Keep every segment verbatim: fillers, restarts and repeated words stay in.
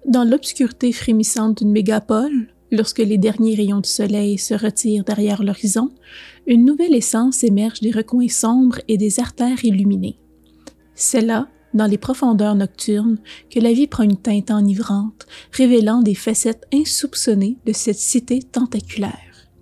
Dans l'obscurité frémissante d'une mégapole, lorsque les derniers rayons du soleil se retirent derrière l'horizon, une nouvelle essence émerge des recoins sombres et des artères illuminées. C'est là, dans les profondeurs nocturnes, que la vie prend une teinte enivrante, révélant des facettes insoupçonnées de cette cité tentaculaire.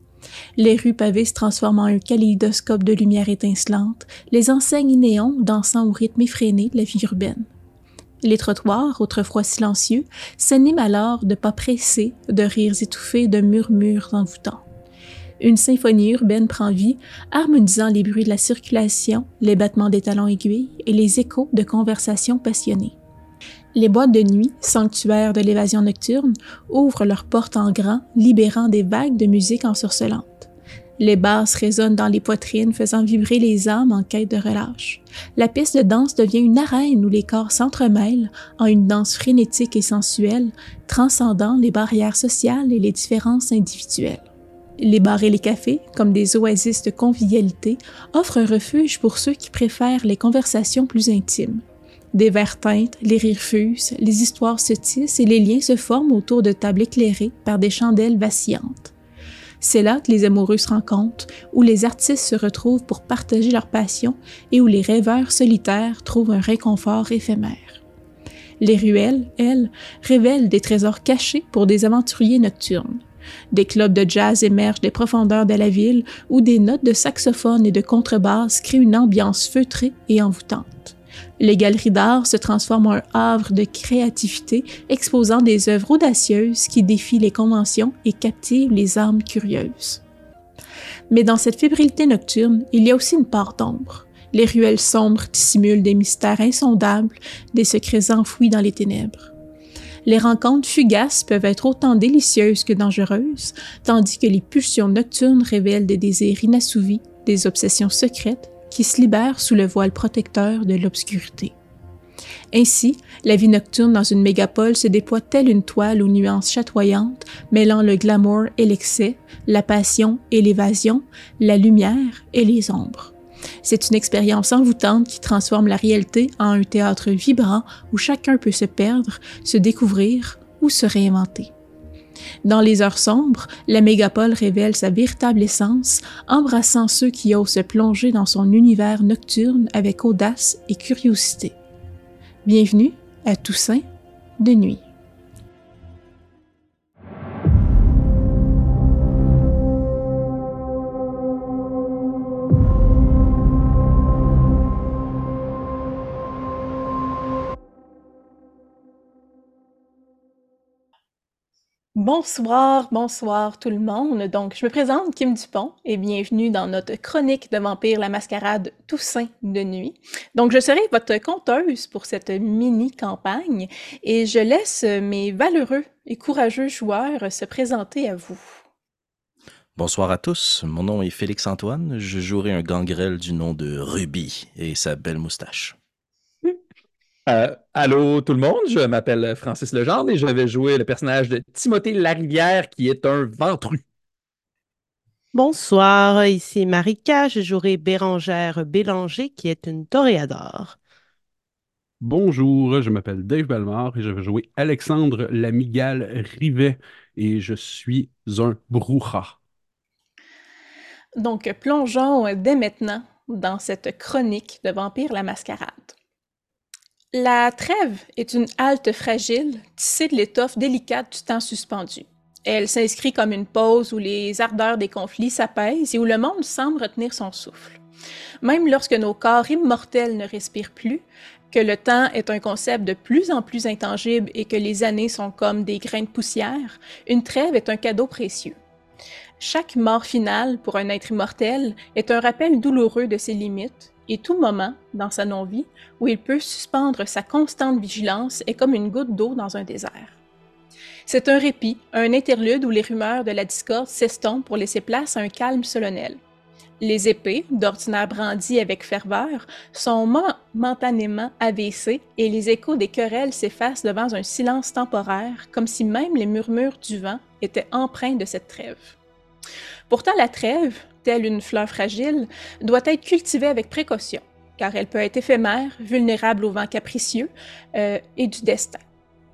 Les rues pavées se transforment en un kaléidoscope de lumière étincelante, les enseignes néons dansant au rythme effréné de la vie urbaine. Les trottoirs, autrefois silencieux, s'animent alors de pas pressés, de rires étouffés, de murmures envoûtants. Une symphonie urbaine prend vie, harmonisant les bruits de la circulation, les battements des talons aiguilles et les échos de conversations passionnées. Les boîtes de nuit, sanctuaires de l'évasion nocturne, ouvrent leurs portes en grand, libérant des vagues de musique ensorcelantes. Les basses résonnent dans les poitrines, faisant vibrer les âmes en quête de relâche. La piste de danse devient une arène où les corps s'entremêlent en une danse frénétique et sensuelle, transcendant les barrières sociales et les différences individuelles. Les bars et les cafés, comme des oasis de convivialité, offrent un refuge pour ceux qui préfèrent les conversations plus intimes. Des verres teintent, les rires fusent, les histoires se tissent et les liens se forment autour de tables éclairées par des chandelles vacillantes. C'est là que les amoureux se rencontrent, où les artistes se retrouvent pour partager leur passion et où les rêveurs solitaires trouvent un réconfort éphémère. Les ruelles, elles, révèlent des trésors cachés pour des aventuriers nocturnes. Des clubs de jazz émergent des profondeurs de la ville où des notes de saxophone et de contrebasse créent une ambiance feutrée et envoûtante. Les galeries d'art se transforment en un havre de créativité exposant des œuvres audacieuses qui défient les conventions et captivent les âmes curieuses. Mais dans cette fébrilité nocturne, il y a aussi une part d'ombre. Les ruelles sombres dissimulent des mystères insondables, des secrets enfouis dans les ténèbres. Les rencontres fugaces peuvent être autant délicieuses que dangereuses, tandis que les pulsions nocturnes révèlent des désirs inassouvis, des obsessions secrètes, qui se libèrent sous le voile protecteur de l'obscurité. Ainsi, la vie nocturne dans une mégapole se déploie telle une toile aux nuances chatoyantes, mêlant le glamour et l'excès, la passion et l'évasion, la lumière et les ombres. C'est une expérience envoûtante qui transforme la réalité en un théâtre vibrant où chacun peut se perdre, se découvrir ou se réinventer. Dans les heures sombres, la mégapole révèle sa véritable essence, embrassant ceux qui osent se plonger dans son univers nocturne avec audace et curiosité. Bienvenue à Toussaint de nuit. Bonsoir, bonsoir tout le monde. Donc, je me présente Kim Dupont et bienvenue dans notre chronique de Vampire la Mascarade Toussaint de nuit. Donc, je serai votre conteuse pour cette mini-campagne et je laisse mes valeureux et courageux joueurs se présenter à vous. Bonsoir à tous, mon nom est Félix-Antoine, je jouerai un gangrel du nom de Ruby et sa belle moustache. Euh, allô tout le monde, je m'appelle Francis Legendre et je vais jouer le personnage de Timothée Larivière qui est un ventru. Bonsoir, ici Marika, je jouerai Bérangère Bélanger qui est une toréador. Bonjour, je m'appelle Dave Bellemare et je vais jouer Alexandre Lamigale Rivet et je suis un brouha. Donc, plongeons dès maintenant dans cette chronique de Vampire la Mascarade. La trêve est une halte fragile, tissée de l'étoffe délicate du temps suspendu. Elle s'inscrit comme une pause où les ardeurs des conflits s'apaisent et où le monde semble retenir son souffle. Même lorsque nos corps immortels ne respirent plus, que le temps est un concept de plus en plus intangible et que les années sont comme des grains de poussière, une trêve est un cadeau précieux. Chaque mort finale pour un être immortel est un rappel douloureux de ses limites, et tout moment, dans sa non-vie, où il peut suspendre sa constante vigilance est comme une goutte d'eau dans un désert. C'est un répit, un interlude où les rumeurs de la discorde s'estompent pour laisser place à un calme solennel. Les épées, d'ordinaire brandies avec ferveur, sont momentanément abaissées et les échos des querelles s'effacent devant un silence temporaire, comme si même les murmures du vent étaient empreints de cette trêve. Pourtant, la trêve, telle une fleur fragile, doit être cultivée avec précaution, car elle peut être éphémère, vulnérable au vent capricieux euh, et du destin.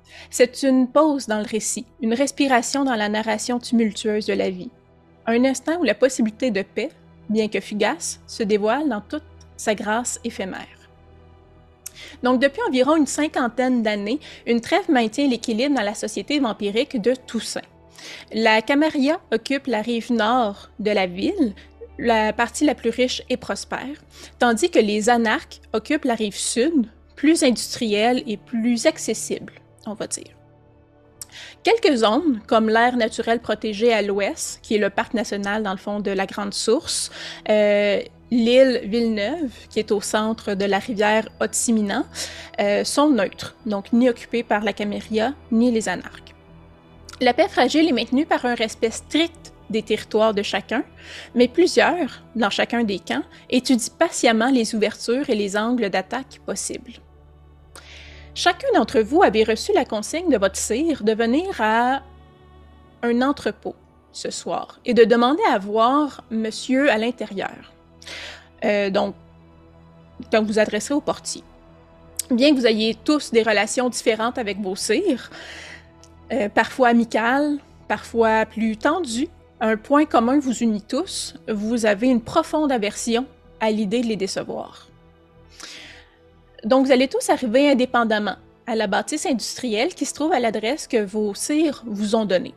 C'est une pause dans le récit, une respiration dans la narration tumultueuse de la vie. Un instant où la possibilité de paix, bien que fugace, se dévoile dans toute sa grâce éphémère. Donc, depuis environ une cinquantaine d'années, une trêve maintient l'équilibre dans la société vampirique de Toussaint. La Camarilla occupe la rive nord de la ville, la partie la plus riche et prospère, tandis que les Anarques occupent la rive sud, plus industrielle et plus accessible, on va dire. Quelques zones, comme l'aire naturelle protégée à l'ouest, qui est le parc national dans le fond de la Grande Source, euh, l'île Villeneuve, qui est au centre de la rivière Otsiminan, euh, sont neutres, donc ni occupées par la Camarilla ni les Anarques. La paix fragile est maintenue par un respect strict des territoires de chacun, mais plusieurs, dans chacun des camps, étudient patiemment les ouvertures et les angles d'attaque possibles. Chacun d'entre vous avait reçu la consigne de votre sire de venir à un entrepôt ce soir et de demander à voir monsieur à l'intérieur. Euh, donc, quand vous vous adresserez au portier. Bien que vous ayez tous des relations différentes avec vos sires, euh, parfois amicales, parfois plus tendues, un point commun vous unit tous, vous avez une profonde aversion à l'idée de les décevoir. Donc, vous allez tous arriver indépendamment à la bâtisse industrielle qui se trouve à l'adresse que vos sires vous ont donnée.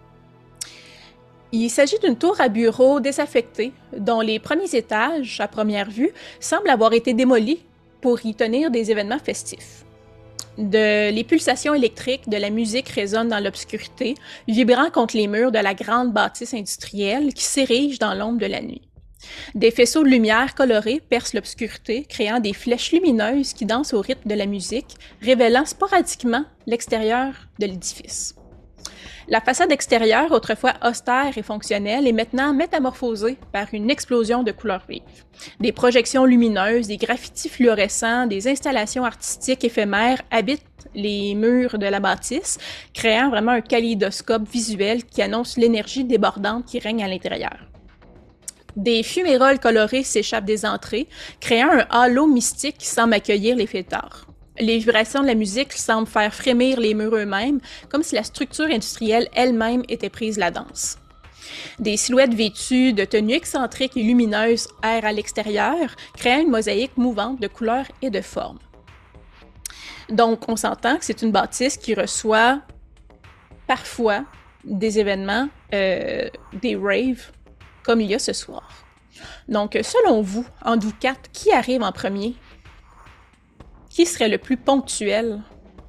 Il s'agit d'une tour à bureaux désaffectée, dont les premiers étages, à première vue, semblent avoir été démolis pour y tenir des événements festifs. De, les pulsations électriques de la musique résonnent dans l'obscurité, vibrant contre les murs de la grande bâtisse industrielle qui s'érige dans l'ombre de la nuit. Des faisceaux de lumière colorés percent l'obscurité, créant des flèches lumineuses qui dansent au rythme de la musique, révélant sporadiquement l'extérieur de l'édifice. La façade extérieure, autrefois austère et fonctionnelle, est maintenant métamorphosée par une explosion de couleurs vives. Des projections lumineuses, des graffitis fluorescents, des installations artistiques éphémères habitent les murs de la bâtisse, créant vraiment un kaléidoscope visuel qui annonce l'énergie débordante qui règne à l'intérieur. Des fuméroles colorées s'échappent des entrées, créant un halo mystique qui semble accueillir les fêtards. Les vibrations de la musique semblent faire frémir les murs eux-mêmes, comme si la structure industrielle elle-même était prise la danse. Des silhouettes vêtues de tenues excentriques et lumineuses errent à l'extérieur, créant une mosaïque mouvante de couleurs et de formes. Donc, on s'entend que c'est une bâtisse qui reçoit parfois des événements, euh, des raves, comme il y a ce soir. Donc, selon vous, en vous quatre, qui arrive en premier? Qui serait le plus ponctuel?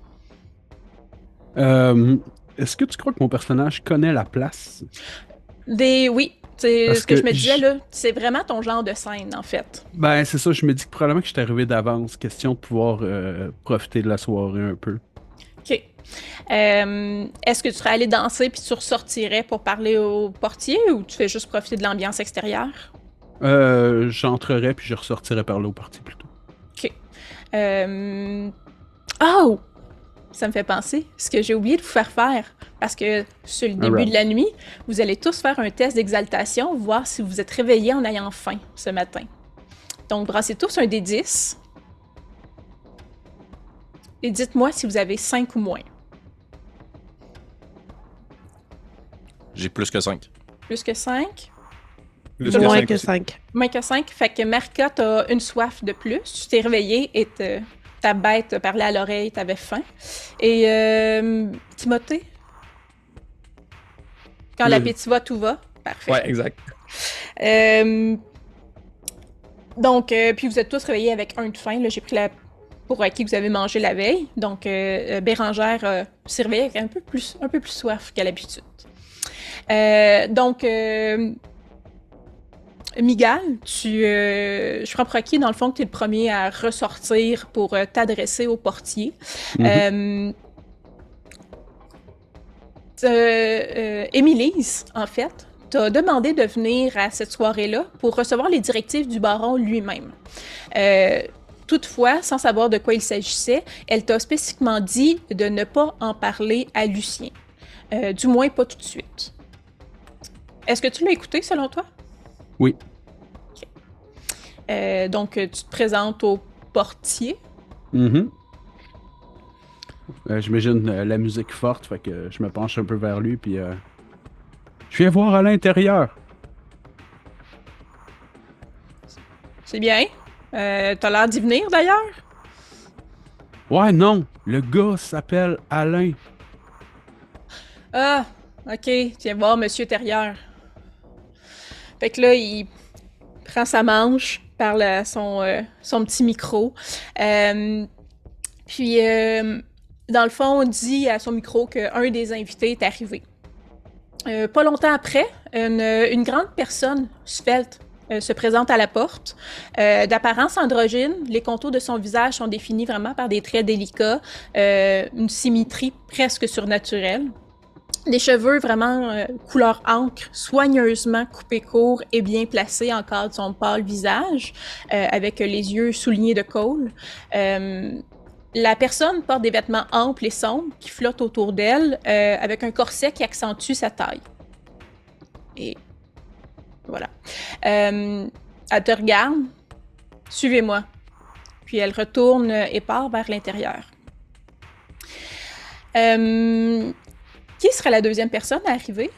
Euh, est-ce que tu crois que mon personnage connaît la place? Des... Oui, c'est Parce ce que, que je me disais, j- là. C'est vraiment ton genre de scène, en fait. Ben, c'est ça, je me dis que probablement que je suis arrivé d'avance. Question de pouvoir euh, profiter de la soirée un peu. OK. Euh, est-ce que tu serais allé danser puis tu ressortirais pour parler au portier ou tu fais juste profiter de l'ambiance extérieure? Euh, j'entrerai puis je ressortirai par là au parti plutôt. OK. Euh... Oh! Ça me fait penser, ce que j'ai oublié de vous faire faire, parce que sur le début Alright. de la nuit, vous allez tous faire un test d'exaltation, voir si vous êtes réveillés en ayant faim ce matin. Donc, brassez tous un dé dix. Et dites-moi si vous avez cinq ou moins. J'ai plus que cinq. Plus que cinq? Plus Moins cinq que aussi. cinq. Moins que cinq. Fait que Marika, t'as une soif de plus. Tu t'es réveillée et te- ta bête te parlait à l'oreille, t'avais faim. Et euh, Timothée? Quand Le- l'appétit va, tout va. Parfait. Ouais, exact. Euh, donc, euh, puis vous êtes tous réveillés avec un de faim. Là, j'ai pris la pour acquis que vous avez mangé la veille. Donc, euh, euh, Bérangère euh, s'est réveillée avec un peu plus, un peu plus soif qu'à l'habitude. Euh, donc, euh, Migal, tu, euh, je prends pour acquis, dans le fond, que tu es le premier à ressortir pour euh, t'adresser au portier. Mhm. Euh, euh, euh, Émilise, en fait, t'a demandé de venir à cette soirée-là pour recevoir les directives du baron lui-même. Euh, toutefois, sans savoir de quoi il s'agissait, elle t'a spécifiquement dit de ne pas en parler à Lucien. Euh, du moins, pas tout de suite. Est-ce que tu l'as écouté, selon toi? Oui. Ok. Euh, donc, euh, tu te présentes au portier. Mhm. Euh, j'imagine euh, la musique forte, fait que je me penche un peu vers lui, puis euh, je viens voir à l'intérieur. C'est bien. Euh, t'as l'air d'y venir, d'ailleurs? Ouais, non, le gars s'appelle Alain. Ah, OK. Viens voir Monsieur Terrier. Fait que là, il prend sa manche, parle à son, euh, son petit micro. Euh, puis, euh, dans le fond, on dit à son micro qu'un des invités est arrivé. Euh, pas longtemps après, une, une grande personne, svelte, euh, se présente à la porte. Euh, d'apparence androgyne, les contours de son visage sont définis vraiment par des traits délicats, euh, une symétrie presque surnaturelle. Des cheveux vraiment euh, couleur encre, soigneusement coupés courts et bien placés en cadre de son pâle visage, euh, avec les yeux soulignés de colle. Euh, la personne porte des vêtements amples et sombres qui flottent autour d'elle, euh, avec un corset qui accentue sa taille. Et voilà. Euh, elle te regarde. Suivez-moi. Puis elle retourne et part vers l'intérieur. Euh, qui serait la deuxième personne à arriver?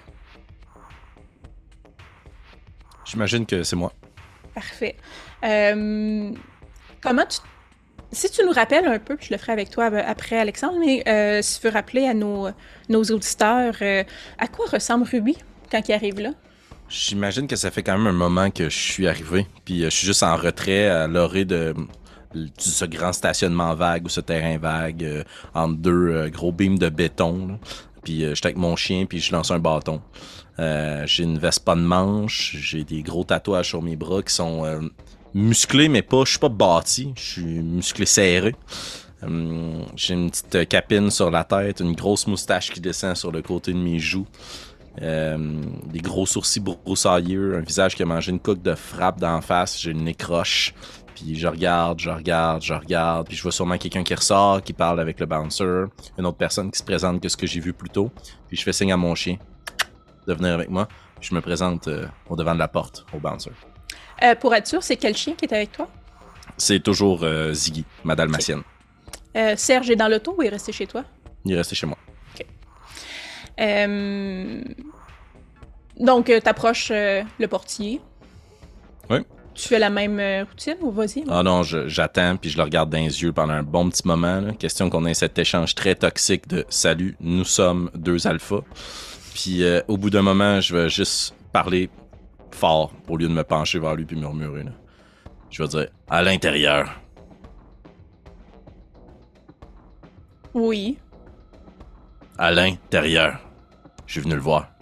J'imagine que c'est moi. Parfait. Euh, comment tu... Si tu nous rappelles un peu, puis je le ferai avec toi après, Alexandre, mais euh, si tu veux rappeler à nos, nos auditeurs euh, à quoi ressemble Ruby quand il arrive là? J'imagine que ça fait quand même un moment que je suis arrivé, puis euh, je suis juste en retrait à l'orée de, de ce grand stationnement vague ou ce terrain vague euh, entre deux euh, gros beams de béton. Là. Puis euh, j'étais avec mon chien, puis je lance un bâton. Euh, j'ai une veste pas de manche, j'ai des gros tatouages sur mes bras qui sont euh, musclés, mais pas, je suis pas bâti, je suis musclé serré. Euh, j'ai une petite capine sur la tête, une grosse moustache qui descend sur le côté de mes joues. Euh, des gros sourcils broussailleux, un visage qui a mangé une coque de frappe d'en face, j'ai le nez croche, puis je regarde, je regarde, je regarde, puis je vois sûrement quelqu'un qui ressort, qui parle avec le bouncer, une autre personne qui se présente que ce que j'ai vu plus tôt, puis je fais signe à mon chien de venir avec moi, puis je me présente euh, au devant de la porte, au bouncer. Euh, pour être sûr, c'est quel chien qui est avec toi? C'est toujours euh, Ziggy, ma dalmatienne. Okay. Euh, Serge est dans l'auto ou est resté chez toi? Il est resté chez moi. OK. Euh... Donc, euh, t'approches euh, le portier. Oui. Tu fais la même euh, routine ou vas-y? Ah non, je, j'attends puis je le regarde dans les yeux pendant un bon petit moment. Là. Question qu'on ait cet échange très toxique de « Salut, nous sommes deux alphas ». Puis euh, au bout d'un moment, je vais juste parler fort au lieu de me pencher vers lui puis murmurer. Là. Je vais dire « À l'intérieur ». Oui. À l'intérieur. Je suis venu le voir.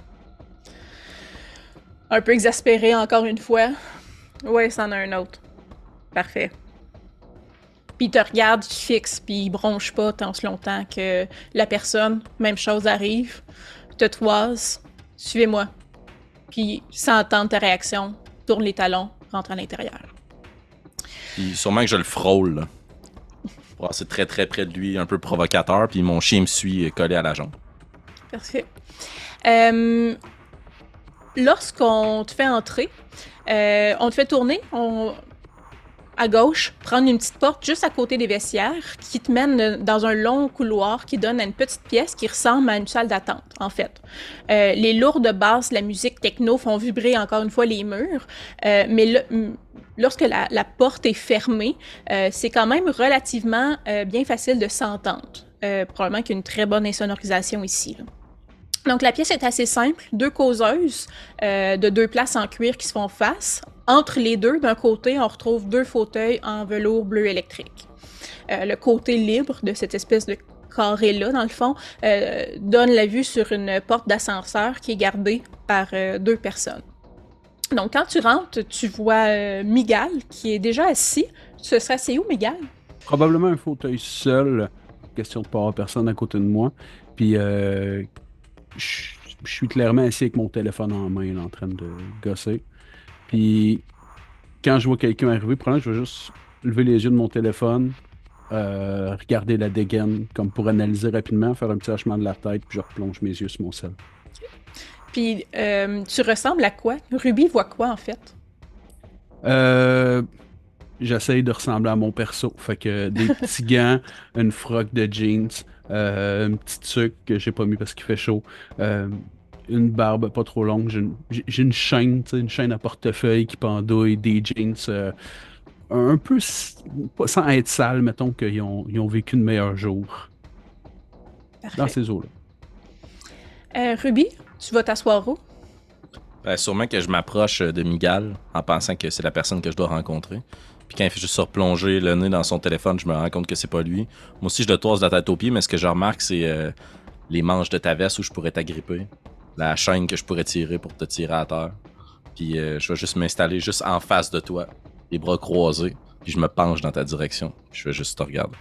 Un peu exaspéré encore une fois. Ouais, c'en a un autre. Parfait. Puis il te regarde, il fixe, puis il bronche pas tant si longtemps que la personne, même chose arrive, te toise, suivez-moi. Puis sans entendre ta réaction, tourne les talons, rentre à l'intérieur. Puis sûrement que je le frôle, là. Pour passer très très près de lui, un peu provocateur, puis mon chien me suit collé à la jambe. Parfait. Euh, lorsqu'on te fait entrer, euh, on te fait tourner on, à gauche, prendre une petite porte juste à côté des vestiaires qui te mène dans un long couloir qui donne à une petite pièce qui ressemble à une salle d'attente, en fait. Euh, les lourdes basses de la musique techno font vibrer encore une fois les murs, euh, mais le, lorsque la, la porte est fermée, euh, c'est quand même relativement euh, bien facile de s'entendre. Euh, probablement qu'il y a une très bonne insonorisation ici, là. Donc, la pièce est assez simple. Deux causeuses euh, de deux places en cuir qui se font face. Entre les deux, d'un côté, on retrouve deux fauteuils en velours bleu électrique. Euh, le côté libre de cette espèce de carré-là, dans le fond, euh, donne la vue sur une porte d'ascenseur qui est gardée par euh, deux personnes. Donc, quand tu rentres, tu vois euh, Miguel qui est déjà assis. Tu serais assis où, Miguel? Probablement un fauteuil seul. Question de pas avoir personne à côté de moi. Puis, euh, je suis clairement assis avec mon téléphone en main, là, en train de gosser. Puis, quand je vois quelqu'un arriver, probablement, je vais juste lever les yeux de mon téléphone, euh, regarder la dégaine, comme pour analyser rapidement, faire un petit hochement de la tête, puis je replonge mes yeux sur mon sel. Puis, euh, tu ressembles à quoi? Ruby voit quoi, en fait? Euh... J'essaye de ressembler à mon perso. Fait que des petits gants, une froc de jeans, euh, un petit tuque que j'ai pas mis parce qu'il fait chaud, euh, une barbe pas trop longue, j'ai une, j'ai- j'ai une chaîne, tu sais, une chaîne à portefeuille qui pendouille, des jeans euh, un peu s- pas- sans être sales, mettons qu'ils ont, ils ont vécu de meilleurs jours dans Parfait. ces eaux-là. Euh, Ruby, tu vas t'asseoir où? Ben, sûrement que je m'approche de Miguel en pensant que c'est la personne que je dois rencontrer. Puis quand il fait juste se replonger le nez dans son téléphone, je me rends compte que c'est pas lui. Moi aussi, je le toise de la tête aux pieds, mais ce que je remarque, c'est euh, les manches de ta veste où je pourrais t'agripper. La chaîne que je pourrais tirer pour te tirer à terre. Puis euh, je vais juste m'installer juste en face de toi, les bras croisés. Puis je me penche dans ta direction. Je vais juste te regarder.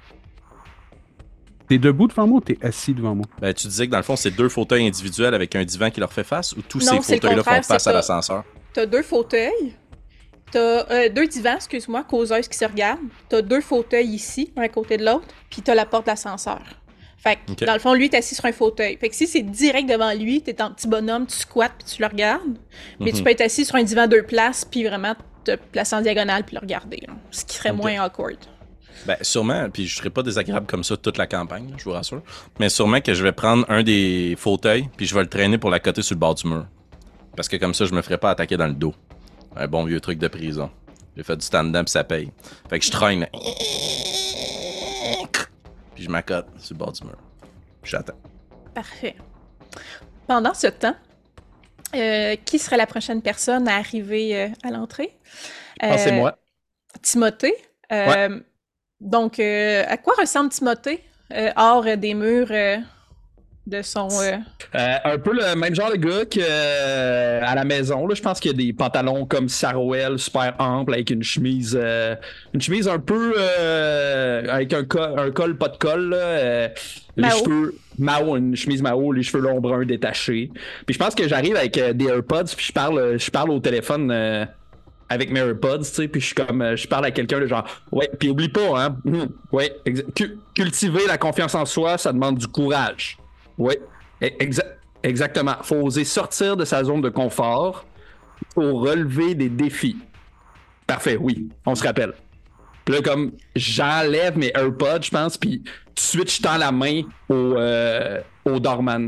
T'es debout devant moi ou t'es assis devant moi? Ben, tu disais que dans le fond, c'est deux fauteuils individuels avec un divan qui leur fait face ou tous Non, ces c'est le fauteuils-là font contraire, face c'est à pas- l'ascenseur? T'as deux fauteuils. T'as euh, deux divans, excuse-moi, causeuses qui se regardent. T'as deux fauteuils ici, un à côté de l'autre. Puis t'as la porte d'ascenseur. Fait que, Ok. dans le fond, lui, t'es assis sur un fauteuil. Fait que si c'est direct devant lui, t'es en petit bonhomme, tu squattes puis tu le regardes. Mais tu Mhm. peux être assis sur un divan deux places puis vraiment te placer en diagonale puis le regarder. Là. Ce qui serait Ok. moins awkward. Ben, sûrement, puis je serai pas désagréable comme ça toute la campagne, là, je vous rassure. Mais sûrement que je vais prendre un des fauteuils, puis je vais le traîner pour la coter sur le bord du mur. Parce que comme ça, je me ferai pas attaquer dans le dos. Un bon vieux truc de prison. J'ai fait du stand-up, ça paye. Fait que je traîne, là. Puis je m'accote sur le bord du mur. Puis j'attends. Parfait. Pendant ce temps, euh, qui serait la prochaine personne à arriver euh, à l'entrée? Je pense que c'est Euh, moi. Timothée. Euh, Donc, euh, à quoi ressemble Timothée euh, hors euh, des murs euh, de son... euh, Euh, un peu le même genre de gars que euh, à la maison. Là, je pense qu'il y a des pantalons comme Sarouel, super amples, avec une chemise euh, une chemise un peu euh, avec un col, un col, pas de col. Là, euh, les Mao. cheveux Mao, une chemise Mao, les cheveux longs bruns détachés. Puis je pense que j'arrive avec euh, des AirPods, puis je parle, je parle au téléphone euh, avec mes AirPods, tu sais, puis je suis comme, euh, je parle à quelqu'un de genre, ouais, puis oublie pas, hein, hum, ouais, exa- cu- cultiver la confiance en soi, ça demande du courage. Ouais, e- exa- exactement. Faut oser sortir de sa zone de confort pour relever des défis. Parfait, oui, on se rappelle. Puis là, comme, j'enlève mes AirPods, je pense, puis tout de suite, je tends la main au, euh, au doorman.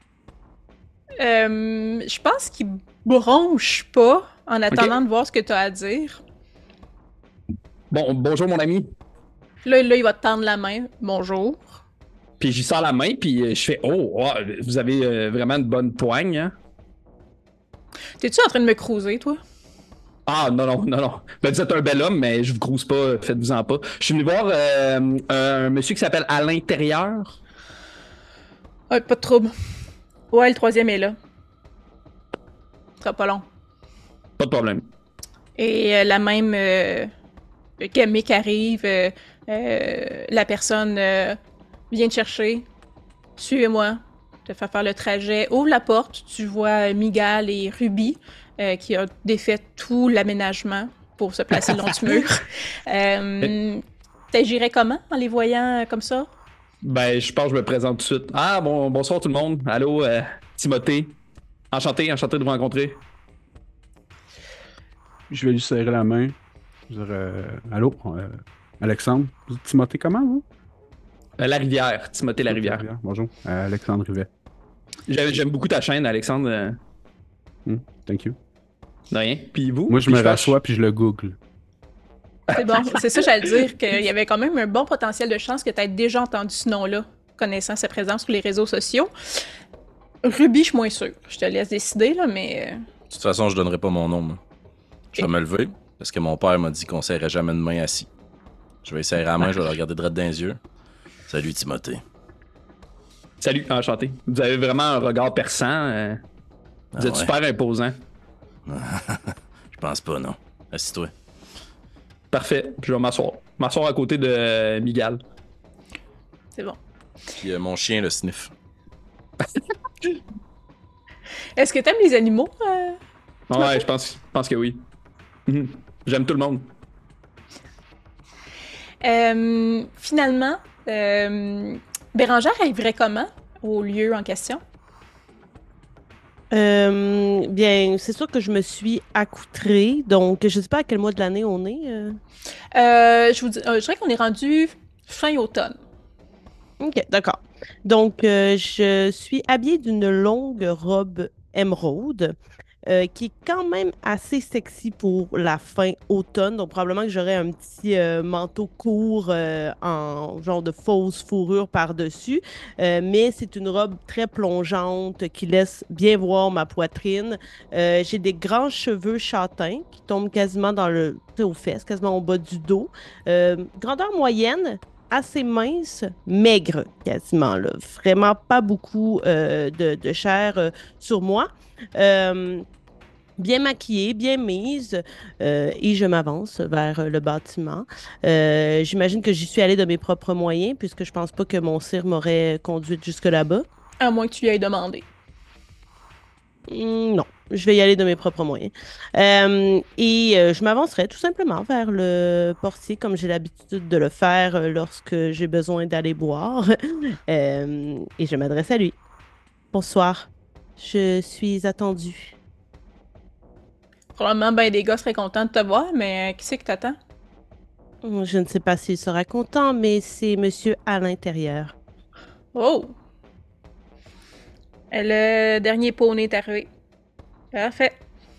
euh, je pense qu'il bronche pas en attendant de voir ce que tu as à dire. Bon, bonjour mon ami. Là, là, il va te tendre la main. Bonjour. Puis j'y sors la main, puis euh, je fais, oh, oh, vous avez euh, vraiment une bonne poigne, hein? T'es-tu en train de me cruiser, toi? Ah, non, non, non, non. Ben, vous êtes un bel homme, mais je vous crouse pas, faites-vous-en pas. Je suis venu voir euh, un monsieur qui s'appelle à l'intérieur. Ouais, pas de trouble. Ouais, le troisième est là. Ce sera pas long. Pas de problème. Et euh, la même euh, gamique arrive, euh, euh, la personne euh, vient te chercher, suivez-moi, te faire faire le trajet, ouvre la porte, tu vois Miguel et Ruby euh, qui a défait tout l'aménagement pour se placer le long du mur. Euh, T'agirais comment en les voyant euh, comme ça? Ben, je pense que je me présente tout de suite. Ah, bon, bonsoir tout le monde. Allô, euh, Timothée. Enchanté, enchanté de vous rencontrer. Je vais lui serrer la main. Je vais dire, euh, allô, euh, Alexandre. Vous êtes Timothée comment, vous? Euh, la rivière, Timothée la rivière. Bonjour, euh, Alexandre Rivet. J'aime, j'aime beaucoup ta chaîne, Alexandre. euh, Hmm, thank you. De rien. Puis vous? Moi, je Puis me fâche. rassois puis je le google. C'est bon, c'est ça, j'allais dire qu'il y avait quand même un bon potentiel de chance que tu aies déjà entendu ce nom-là, connaissant sa présence sur les réseaux sociaux. Ruby, je suis moins sûre. Je te laisse décider, là, mais... euh, De toute façon, je donnerai pas mon nom, moi. Je vais me lever, parce que mon père m'a dit qu'on serrait jamais de main assis. Je vais serrer la main, je vais le regarder droit dans les yeux. Salut, Timothée. Salut, enchanté. Vous avez vraiment un regard perçant. euh, Vous Ah êtes ouais? super imposant. Je pense pas, non. Assis-toi. Parfait. Je vais m'asseoir. M'asseoir à côté de euh, Miguel. C'est bon. Puis euh, mon chien le sniff. Est-ce que t'aimes les animaux? euh? Ouais, je pense, je pense que oui. Mhm. J'aime tout le monde. Euh, finalement, euh, Bérangère arriverait comment au lieu en question? Euh, bien, c'est sûr que je me suis accoutrée, donc je ne sais pas à quel mois de l'année on est. euh. Euh, je vous dis, euh, je dirais qu'on est rendu fin automne. OK, d'accord. Donc, euh, je suis habillée d'une longue robe émeraude euh, qui est quand même assez sexy pour la fin automne. Donc, probablement que j'aurai un petit euh, manteau court euh, en genre de fausse fourrure par-dessus. Euh, mais c'est une robe très plongeante qui laisse bien voir ma poitrine. Euh, j'ai des grands cheveux châtains qui tombent quasiment dans le, tu sais, aux fesses, quasiment au bas du dos. Euh, grandeur moyenne, assez mince, maigre quasiment, là. Vraiment pas beaucoup euh, de, de chair euh, sur moi. Euh, Bien maquillée, bien mise, euh, et je m'avance vers euh, le bâtiment. Euh, j'imagine que j'y suis allée de mes propres moyens, puisque je pense pas que mon cire m'aurait conduite jusque là-bas. À moins que tu lui aies demandé. Hmm, non, je vais y aller de mes propres moyens. Euh, et euh, je m'avancerai tout simplement vers le portier, comme j'ai l'habitude de le faire euh, lorsque j'ai besoin d'aller boire. Euh, et je m'adresse à lui. Bonsoir, je suis attendue. Probablement, ben des gars seraient contents de te voir, mais euh, qui c'est que t'attends? Hmm, Je ne sais pas s'il sera content, mais c'est monsieur à l'intérieur. Oh! Le dernier poney est arrivé. Parfait.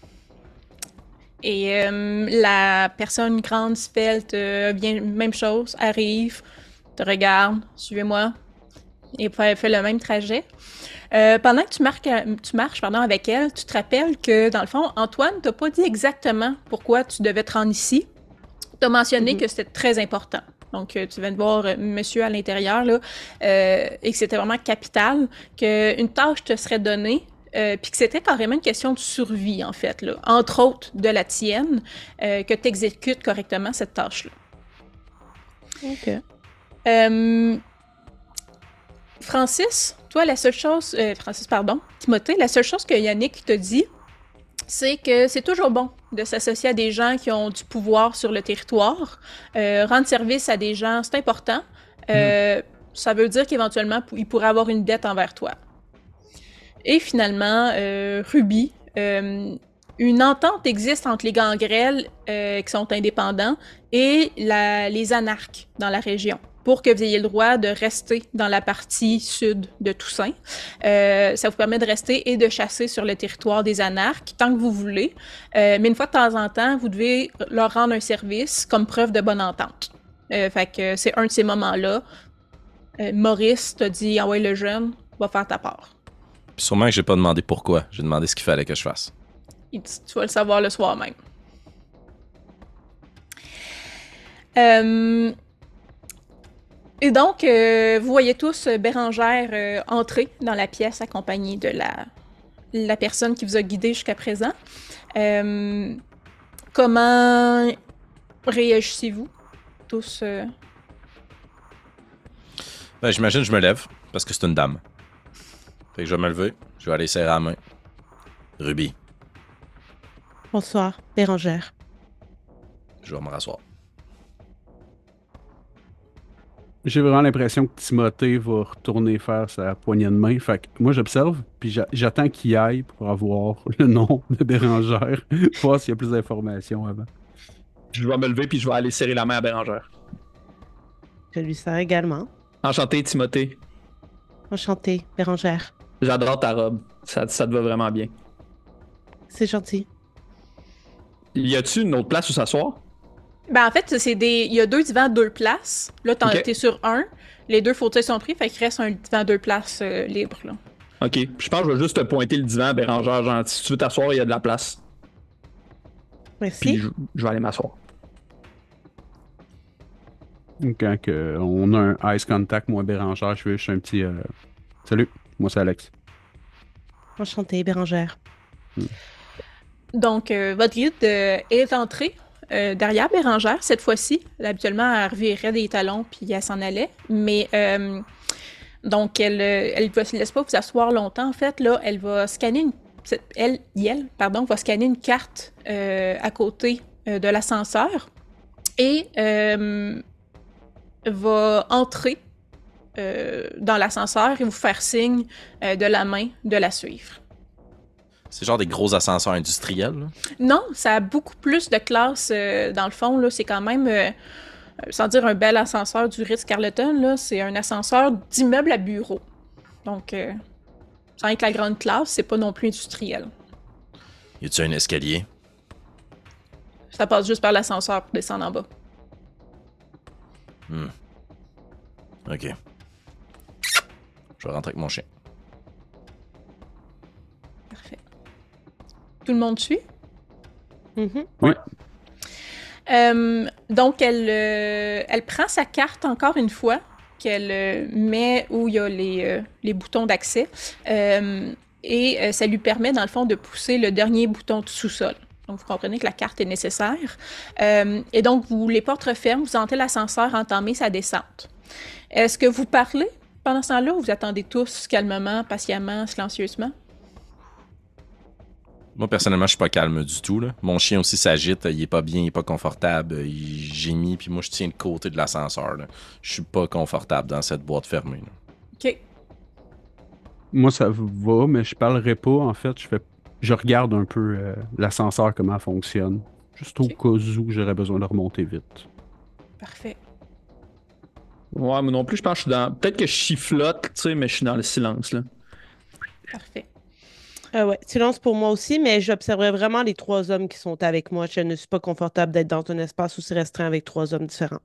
Et euh, la personne grande, svelte, euh, vient, même chose, arrive, te regarde, suivez-moi, et fait, fait le même trajet. Euh, pendant que tu, marques, tu marches pardon, avec elle, tu te rappelles que, dans le fond, Antoine t'a pas dit exactement pourquoi tu devais te rendre ici. Tu as mentionné Mhm. que c'était très important. Donc, euh, tu viens de voir euh, monsieur à l'intérieur, là, euh, et que c'était vraiment capital, qu'une tâche te serait donnée, euh, puis que c'était carrément une question de survie, en fait, là, entre autres de la tienne, euh, que tu exécutes correctement cette tâche-là. OK. Euh, Francis, toi, la seule chose... euh, Francis, pardon, Timothée, la seule chose que Yannick te dit, c'est que c'est toujours bon de s'associer à des gens qui ont du pouvoir sur le territoire. Euh, rendre service à des gens, c'est important. Euh, Ça veut dire qu'éventuellement, ils pourraient avoir une dette envers toi. Et finalement, euh, Ruby, euh, une entente existe entre les gangrels euh, qui sont indépendants et la- les anarques dans la région pour que vous ayez le droit de rester dans la partie sud de Toussaint. Euh, ça vous permet de rester et de chasser sur le territoire des anarques tant que vous voulez. Euh, mais une fois de temps en temps, vous devez leur rendre un service comme preuve de bonne entente. Euh, fait que c'est un de ces moments-là. Euh, Maurice t'a dit « Ah ouais, le jeune, va faire ta part. » Puis sûrement que j'ai pas demandé pourquoi. J'ai demandé ce qu'il fallait que je fasse. Il dit, tu vas le savoir le soir même. Euh, et donc, euh, vous voyez tous euh, Bérangère euh, entrer dans la pièce accompagnée de la, la personne qui vous a guidé jusqu'à présent. Euh, comment réagissez-vous tous? euh? Ben, j'imagine que je me lève, parce que c'est une dame. Fait que je vais me lever, je vais aller serrer la main. Ruby, Bonsoir, Bérangère. je vais me rasseoir. J'ai vraiment l'impression que Timothée va retourner faire sa poignée de main. Fait que moi, j'observe, puis j'a- j'attends qu'il aille pour avoir le nom de Bérangère, voir s'il y a plus d'informations avant. Je vais me lever puis je vais aller serrer la main à Bérangère. Je lui sers également. Enchanté, Timothée. Enchantée, Bérangère. J'adore ta robe. Ça, ça te va vraiment bien. C'est gentil. Y a-tu une autre place où s'asseoir? Ben, en fait, c'est des. Il y a deux divans, deux places. Là, t'en Ok. t'es sur un. Les deux fauteuils sont pris, fait qu'il reste un divan, deux places euh, libre, là. Ok. Je pense que je vais juste te pointer le divan, Bérangère. Genre, si tu veux t'asseoir, il y a de la place. Merci. Puis je, je vais aller m'asseoir. Quand que on a un ice contact, moi, Bérangère, je fais juste un petit euh, salut, moi, c'est Alex. Enchantée, Bérangère. Donc, euh, votre guide euh, est entré euh, derrière Bérangère cette fois-ci. Habituellement, elle revirait des talons puis elle s'en allait. Mais, euh, donc, elle euh, elle ne laisse pas vous asseoir longtemps. En fait, là, elle va scanner une. Elle, elle, pardon, va scanner une carte euh, à côté euh, de l'ascenseur et euh, va entrer euh, dans l'ascenseur et vous faire signe euh, de la main de la suivre. C'est genre des gros ascenseurs industriels, là. Non, ça a beaucoup plus de classe euh, dans le fond. Là, c'est quand même euh, sans dire un bel ascenseur du Ritz-Carlton, là, c'est un ascenseur d'immeuble à bureau. Donc, euh, sans être la grande classe, c'est pas non plus industriel. Y a-tu un escalier? Ça passe juste par l'ascenseur pour descendre en bas. Hmm. Ok. Je vais rentrer avec mon chien. Parfait. Tout le monde suit? Mhm. Oui. Euh, donc, elle, euh, elle prend sa carte encore une fois, qu'elle euh, met où il y a les, euh, les boutons d'accès, euh, et euh, ça lui permet, dans le fond, de pousser le dernier bouton de sous-sol. Donc, vous comprenez que la carte est nécessaire. Euh, et donc, vous, les portes referment, vous sentez l'ascenseur entamer sa descente. Est-ce que vous parlez pendant ce temps-là ou vous attendez tous calmement, patiemment, silencieusement? Moi, personnellement, je suis pas calme du tout. Là. Mon chien aussi s'agite, il est pas bien, il est pas confortable, il gémit, puis moi, je tiens le côté de l'ascenseur. Là. Je suis pas confortable dans cette boîte fermée. Là. OK. Moi, ça va, mais je parlerai pas. En fait, je fais, je regarde un peu euh, l'ascenseur, comment elle fonctionne. Juste au Ok. cas où j'aurais besoin de remonter vite. Parfait. Ouais, moi non plus, je pense que je suis dans. Peut-être que je chiflote, tu sais, mais je suis dans le silence, là. Parfait. Euh, ouais, silence pour moi aussi, mais j'observerai vraiment les trois hommes qui sont avec moi. Je ne suis pas confortable d'être dans un espace aussi restreint avec trois hommes différents.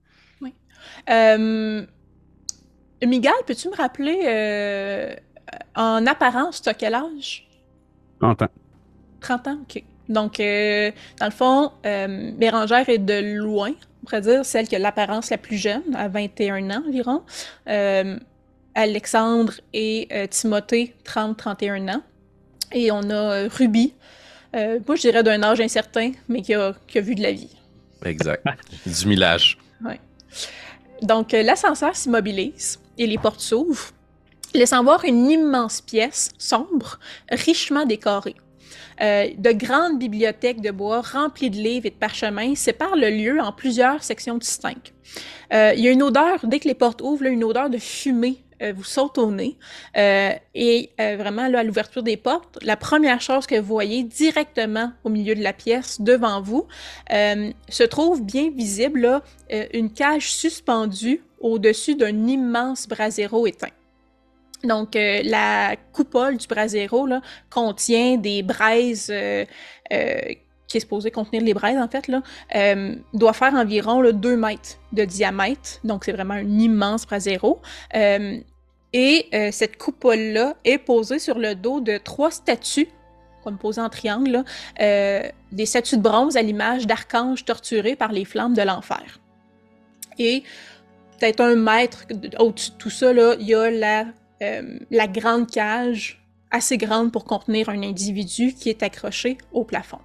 Euh, Miguel, peux-tu me rappeler, euh, en apparence, tu as quel âge? Entends. trente ans? OK. Donc, euh, dans le fond, euh, Bérangère est de loin, on pourrait dire, celle qui a l'apparence la plus jeune, à vingt et un ans environ. Euh, Alexandre et euh, Timothée, trente à trente et un ans. Et on a euh, Ruby, euh, moi je dirais d'un âge incertain, mais qui a, qui a vu de la vie. Exact. Du millage. Ouais. Donc, euh, l'ascenseur s'immobilise et les portes s'ouvrent, laissant voir une immense pièce sombre, richement décorée. Euh, de grandes bibliothèques de bois remplies de livres et de parchemins séparent le lieu en plusieurs sections distinctes. Euh, il y a une odeur, dès que les portes ouvrent, là, une odeur de fumée euh, vous saute au nez. Euh, et euh, vraiment, là, à l'ouverture des portes, la première chose que vous voyez directement au milieu de la pièce, devant vous, euh, se trouve bien visible là, euh, une cage suspendue au-dessus d'un immense brasero éteint. Donc, euh, la coupole du brasero là, contient des braises, euh, euh, qui est supposé contenir les braises, en fait, là, euh, doit faire environ là, deux mètres de diamètre. Donc, c'est vraiment un immense brasero. Euh, et euh, cette coupole-là est posée sur le dos de trois statues, comme posées en triangle, là, euh, des statues de bronze à l'image d'archanges torturés par les flammes de l'enfer. Et peut-être un mètre au-dessus de tout ça, là, il y a la Euh, la grande cage, assez grande pour contenir un individu qui est accroché au plafond.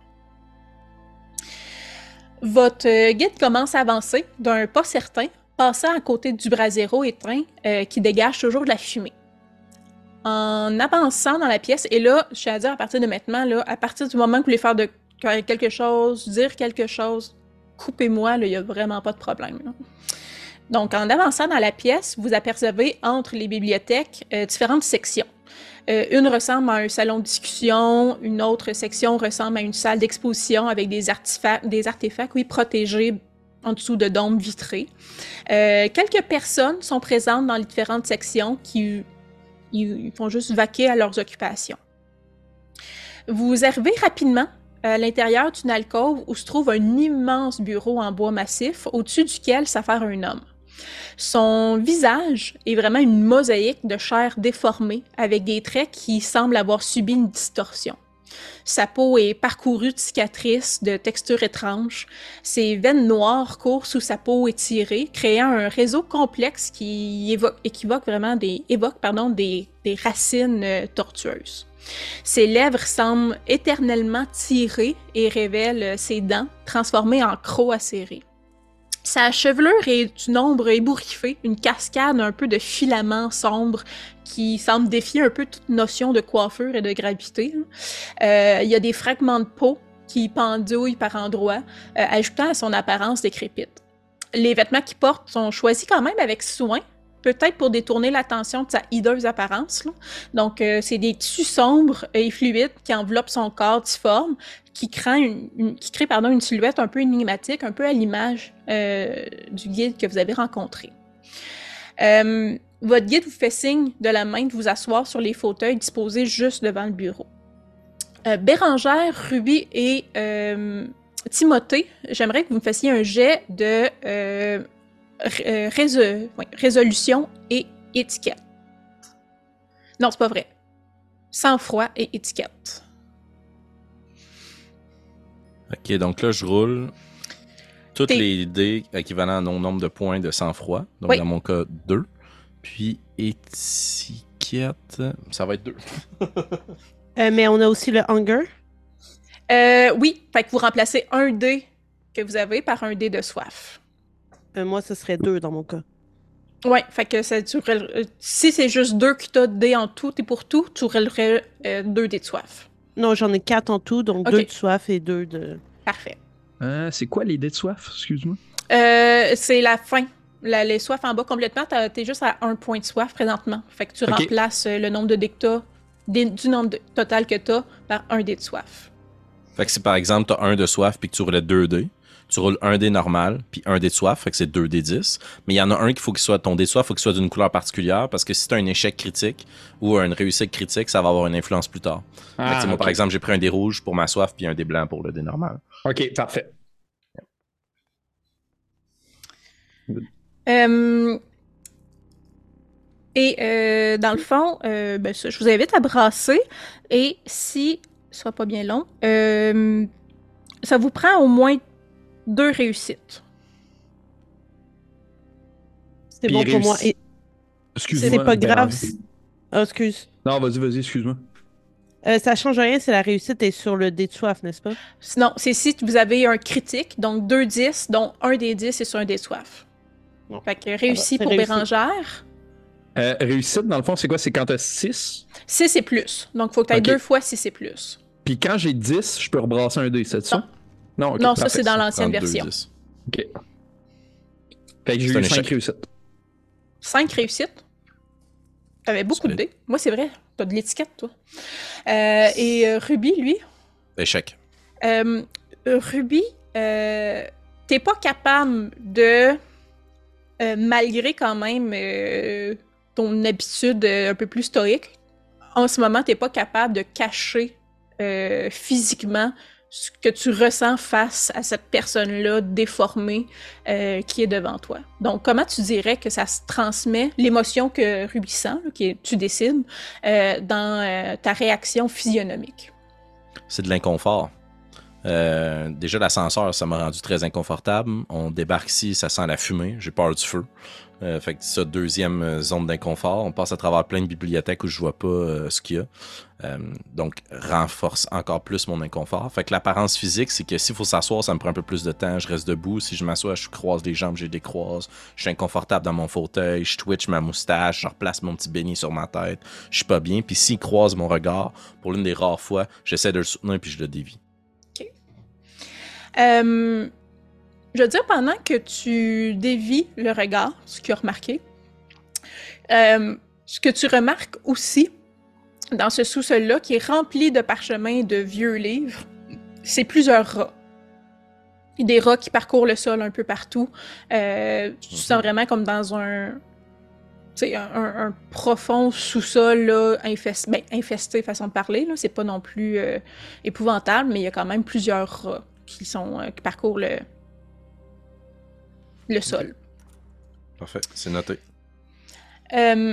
Votre euh, guide commence à avancer d'un pas certain, passant à côté du brasero éteint euh, qui dégage toujours de la fumée. En avançant dans la pièce, et là, je tiens à dire à partir de maintenant, là, à partir du moment que vous voulez faire de quelque chose, dire quelque chose, coupez-moi, il n'y a vraiment pas de problème. Là. Donc, en avançant dans la pièce, vous apercevez entre les bibliothèques euh, différentes sections. Euh, une ressemble à un salon de discussion, une autre section ressemble à une salle d'exposition avec des artefacts, des artefacts oui, protégés en dessous de dômes vitrés. Euh, quelques personnes sont présentes dans les différentes sections qui ils font juste vaquer à leurs occupations. Vous arrivez rapidement à l'intérieur d'une alcôve où se trouve un immense bureau en bois massif au-dessus duquel s'affaire un homme. Son visage est vraiment une mosaïque de chair déformée avec des traits qui semblent avoir subi une distorsion. Sa peau est parcourue de cicatrices de texture étrange. Ses veines noires courent sous sa peau étirée, créant un réseau complexe qui évoque, équivoque vraiment des, évoque, pardon, des, des racines euh, tortueuses. Ses lèvres semblent éternellement tirées et révèlent ses dents transformées en crocs acérés. Sa chevelure est d'une ombre ébouriffée, une cascade un peu de filaments sombres qui semble défier un peu toute notion de coiffure et de gravité. Euh, il y a des fragments de peau qui pendouillent par endroits, euh, ajoutant à son apparence décrépite. Les vêtements qu'il porte sont choisis quand même avec soin, peut-être pour détourner l'attention de sa hideuse apparence. Là. Donc, euh, c'est des tissus sombres et fluides qui enveloppent son corps difforme, qui créent, une, une, qui créent pardon, une silhouette un peu énigmatique, un peu à l'image euh, du guide que vous avez rencontré. Euh, votre guide vous fait signe de la main de vous asseoir sur les fauteuils disposés juste devant le bureau. Euh, Bérangère, Ruby et euh, Timothée, j'aimerais que vous me fassiez un jet de euh, ré- résol- ouais, résolution et étiquette. Non, c'est pas vrai. Sang-froid et étiquette. Ok, donc là, je roule toutes T'es- les dés équivalents au nombre de points de sang-froid. Donc, Oui. dans mon cas, deux. Puis, étiquette, ça va être deux. Euh, mais on a aussi le hunger. Euh, oui, fait que vous remplacez un dé que vous avez par un dé de soif. Euh, moi, ce serait deux dans mon cas. Ouais, fait que ça, tu roulerais- euh, si c'est juste deux que t'as de dés en tout et pour tout, tu roulerais euh, deux dés de soif. Non, j'en ai quatre en tout, donc Ok. deux de soif et deux de... Parfait. Euh, c'est quoi l'idée de soif? Excuse-moi. Euh, c'est la fin. La, les soifs en bas complètement, t'as- t'es juste à un point de soif présentement. Fait que tu Ok. remplaces euh, le nombre de dés que t'as, des- du nombre de- total que t'as, par un dé de soif. Fait que si par exemple, t'as un de soif puis que tu roulais deux dés, tu roules un dé normal puis un dé de soif, fait que c'est deux dés dix. Mais il y en a un qu'il faut qu'il soit, ton dé de soif, faut qu'il soit d'une couleur particulière parce que si t'as un échec critique ou une réussite critique, ça va avoir une influence plus tard. Fait que, tu sais, moi, ok. par exemple, j'ai pris un dé rouge pour ma soif puis un dé blanc pour le dé normal. Ok, parfait. Euh, et euh, dans le fond, euh, ben ça, je vous invite à brasser. Et si ce sera pas bien long, euh, ça vous prend au moins deux réussites. C'est Puis bon pour moi. réussi- Et... Excuse-moi. C'est pas grave. Bérangère. Ah, excuse. Non, vas-y, vas-y, excuse-moi. Euh, ça change rien, c'est la réussite est sur le dé de soif, n'est-ce pas? Sinon, c'est si vous avez un critique, donc deux dix, dont un des dix est sur un des soif. Bon. Fait que réussi c'est pour réussi. Bérangère. Euh, réussite, dans le fond, c'est quoi? C'est quand t'as six. six et plus. Donc, il faut que tu aies Ok. deux fois six et plus. Puis quand j'ai dix, je peux rebrasser un dé, c'est ça? Non, ok, non, ça, parfait. c'est dans l'ancienne trente-deux, version. dix. Ok. Fait que j'ai C'est un eu cinq échec. réussites. cinq réussites. T'avais beaucoup de Solide. dés. Moi, c'est vrai. T'as de l'étiquette, toi. Euh, et euh, Ruby, lui, Échec. euh, Ruby, euh, t'es pas capable de, euh, malgré quand même euh, ton habitude euh, un peu plus stoïque, en ce moment, t'es pas capable de cacher euh, physiquement ce que tu ressens face à cette personne-là déformée euh, qui est devant toi. Donc, comment tu dirais que ça se transmet, l'émotion que Ruby sent, là, qui est, tu décides, euh, dans euh, ta réaction physionomique? C'est de l'inconfort. Euh, déjà, l'ascenseur, ça m'a rendu très inconfortable. On débarque ici, ça sent la fumée. J'ai peur du feu. Euh, fait que c'est ça, deuxième euh, zone d'inconfort. On passe à travers plein de bibliothèques où je vois pas euh, ce qu'il y a. Euh, donc, renforce encore plus mon inconfort. Fait que l'apparence physique, c'est que s'il faut s'asseoir, ça me prend un peu plus de temps. Je reste debout. Si je m'assois, je croise les jambes, je les décroise. Je suis inconfortable dans mon fauteuil. Je twitch ma moustache. Je replace mon petit beignet sur ma tête. Je suis pas bien. Puis s'il croise mon regard, pour l'une des rares fois, j'essaie de le soutenir puis je le dévie. Euh, je veux dire, pendant que tu dévies le regard, ce que tu as remarqué, euh, ce que tu remarques aussi dans ce sous-sol-là, qui est rempli de parchemins de vieux livres, c'est plusieurs rats. Des rats qui parcourent le sol un peu partout. Euh, tu te sens vraiment comme dans un, tu sais, un, un- un profond sous-sol là, infest- ben, infesté, façon de parler. Là. C'est pas non plus euh, épouvantable, mais il y a quand même plusieurs rats qui, sont, euh, qui parcourent le, le sol. Parfait, c'est noté. Euh,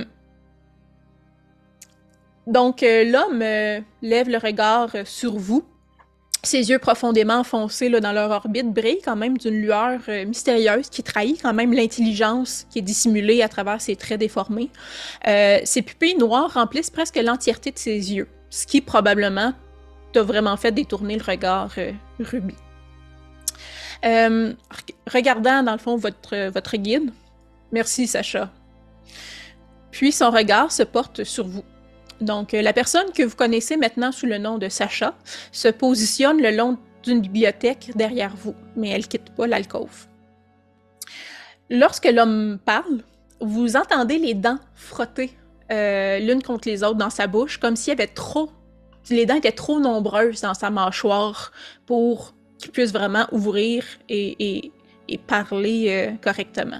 donc, euh, l'homme euh, lève le regard euh, sur vous. Ses yeux profondément enfoncés là, dans leur orbite brillent quand même d'une lueur euh, mystérieuse qui trahit quand même l'intelligence qui est dissimulée à travers ses traits déformés. Euh, ses pupilles noires remplissent presque l'entièreté de ses yeux, ce qui probablement t'a vraiment fait détourner le regard euh, Ruby. Euh, regardant dans le fond votre, votre guide, merci Sacha. Puis son regard se porte sur vous. Donc, euh, la personne que vous connaissez maintenant sous le nom de Sacha se positionne le long d'une bibliothèque derrière vous, mais elle quitte pas l'alcôve. Lorsque l'homme parle, vous entendez les dents frotter euh, l'une contre les autres dans sa bouche, comme s'il y avait trop... Les dents étaient trop nombreuses dans sa mâchoire pour qu'il puisse vraiment ouvrir et, et, et parler euh, correctement.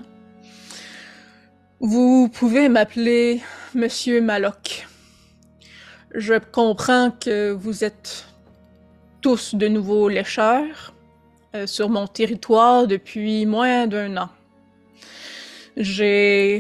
Vous pouvez m'appeler Monsieur Maloc. Je comprends que vous êtes tous de nouveaux lécheurs euh, sur mon territoire depuis moins d'un an. J'ai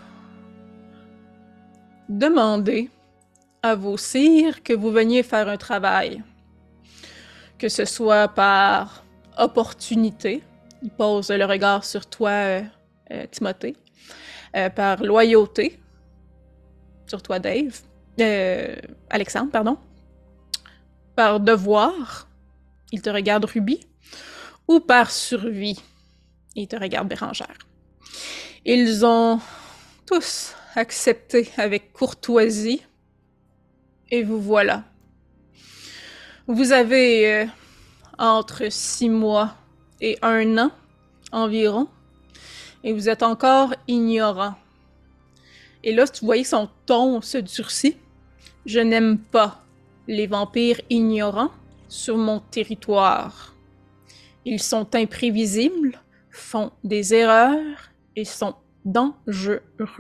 demandé à vos sires que vous veniez faire un travail, que ce soit par opportunité, il pose le regard sur toi, euh, euh, Timothée, euh, par loyauté, sur toi, Dave, euh, Alexandre, pardon, par devoir, il te regarde, Ruby, ou par survie, il te regarde, Bérangère. Ils ont tous accepté avec courtoisie, et vous voilà. Vous avez euh, entre six mois et un an environ, et vous êtes encore ignorant. Et là, tu voyais que son ton se durcit. Je n'aime pas les vampires ignorants sur mon territoire. Ils sont imprévisibles, font des erreurs et sont dangereux.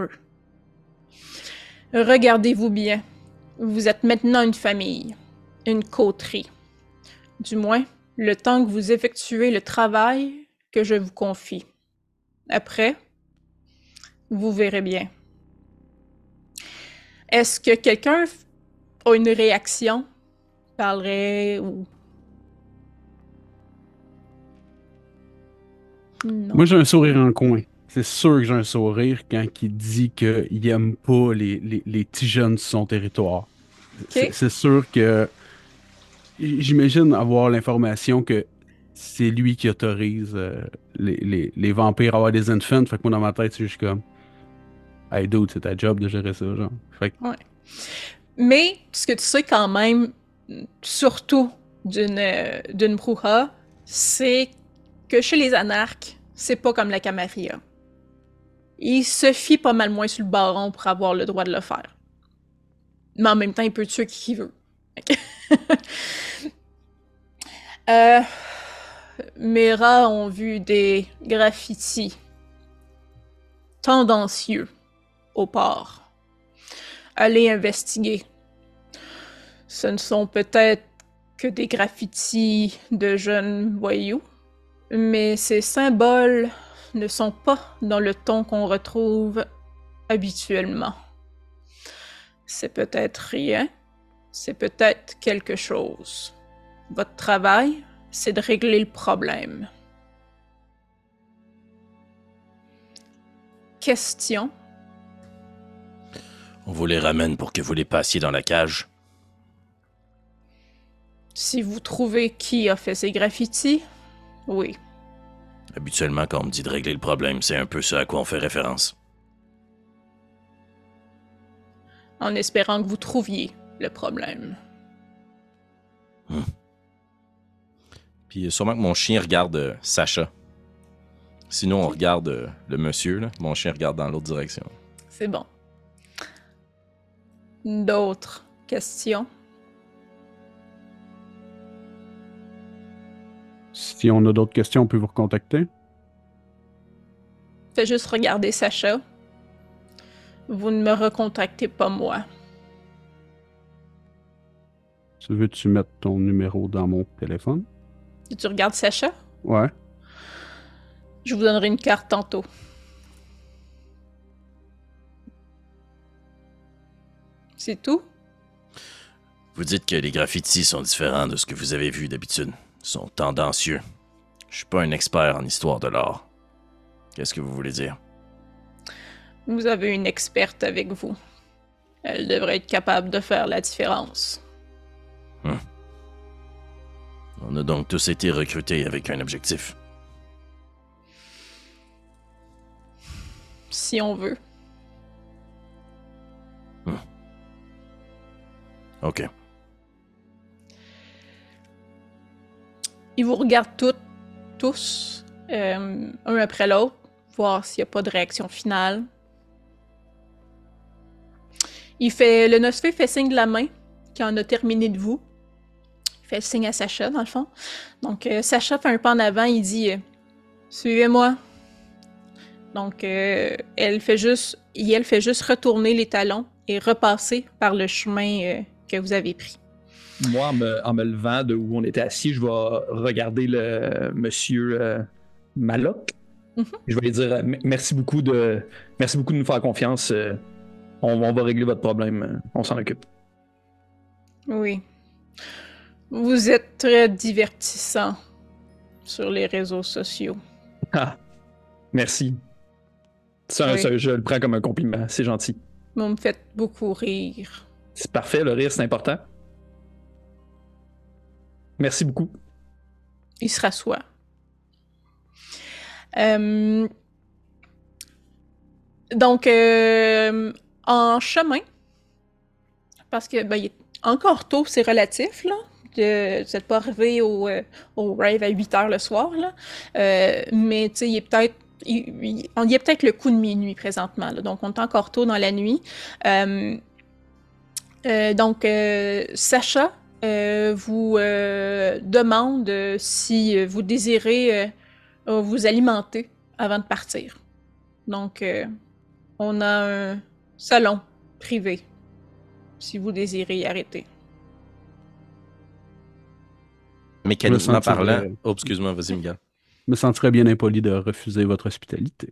Regardez-vous bien. Vous êtes maintenant une famille, une coterie. Du moins, le temps que vous effectuez le travail que je vous confie. Après, vous verrez bien. Est-ce que quelqu'un a une réaction? Parlerait ou... Non. Moi, j'ai un sourire en coin. C'est sûr que j'ai un sourire quand il dit qu'il aime pas les, les, les petits jeunes sur son territoire. Okay. C'est, c'est sûr que j'imagine avoir l'information que c'est lui qui autorise euh, les, les, les vampires à avoir des infants. Fait que moi, dans ma tête, c'est juste comme hey dude, c'est ta job de gérer ça, genre. Fait que... Ouais. Mais ce que tu sais quand même, surtout d'une, d'une brouhaha, c'est que chez les anarches, c'est pas comme la Camarilla. Il se fie pas mal moins sur le baron pour avoir le droit de le faire. Mais en même temps, il peut tuer qui il veut. euh, mes rats ont vu des graffitis tendancieux au port. Allez investiguer. Ce ne sont peut-être que des graffitis de jeunes voyous, mais ces symboles ne sont pas dans le ton qu'on retrouve habituellement. C'est peut-être rien, c'est peut-être quelque chose. Votre travail, c'est de régler le problème. Question? On vous les ramène pour que vous les passiez dans la cage. Si vous trouvez qui a fait ces graffitis, oui. Habituellement, quand on me dit de régler le problème, c'est un peu ça à quoi on fait référence. En espérant que vous trouviez le problème. Hum. Puis sûrement que mon chien regarde euh, Sacha. Sinon, on regarde euh, le monsieur, là. Mon chien regarde dans l'autre direction. C'est bon. D'autres questions? Si on a d'autres questions, on peut vous recontacter. Fais juste regarder Sacha. Vous ne me recontactez pas moi. Tu veux-tu mettre ton numéro dans mon téléphone? Si tu regardes Sacha, Ouais. je vous donnerai une carte tantôt. C'est tout? Vous dites que les graffitis sont différents de ce que vous avez vu d'habitude. Ils sont tendancieux. Je suis pas un expert en histoire de l'art. Qu'est-ce que vous voulez dire? Vous avez une experte avec vous. Elle devrait être capable de faire la différence. Hum. On a donc tous été recrutés avec un objectif. Si on veut. Hum. Ok. Ils vous regardent toutes, tous, euh, un après l'autre, voir s'il n'y a pas de réaction finale. Il fait, le Nosfée fait signe de la main quand on a terminé de vous. Il fait le signe à Sacha, dans le fond. Donc, euh, Sacha fait un pas en avant, il dit euh, « Suivez-moi ». Donc, euh, elle fait juste, et elle fait juste retourner les talons et repasser par le chemin euh, que vous avez pris. Moi, en me, en me levant de où on était assis, je vais regarder le monsieur euh, Maloc. Mm-hmm. Je vais lui dire euh, merci beaucoup de merci beaucoup de nous faire confiance. Euh, on, on va régler votre problème. On s'en occupe. Oui. Vous êtes très divertissant sur les réseaux sociaux. Ah, merci. Ça, oui. ça, je le prends comme un compliment. C'est gentil. Vous me faites beaucoup rire. C'est parfait. Le rire, c'est important. Merci beaucoup. Il se rassoit. Euh... Donc, euh... en chemin, parce que ben, il est encore tôt, c'est relatif, là. De... Vous n'êtes pas arrivé au, euh, au rave à huit heures le soir, là. Euh, mais, tu sais, il est peut-être il, il, il y a peut-être le coup de minuit présentement, là. Donc, on est encore tôt dans la nuit. Euh... Euh, donc, euh, Sacha Euh, vous euh, demande euh, si vous désirez euh, vous alimenter avant de partir. Donc, euh, on a un salon privé, si vous désirez y arrêter. Mécaniquement parlant... Oh, excuse-moi, vas-y, Miguel. Je me sentirais bien impoli de refuser votre hospitalité.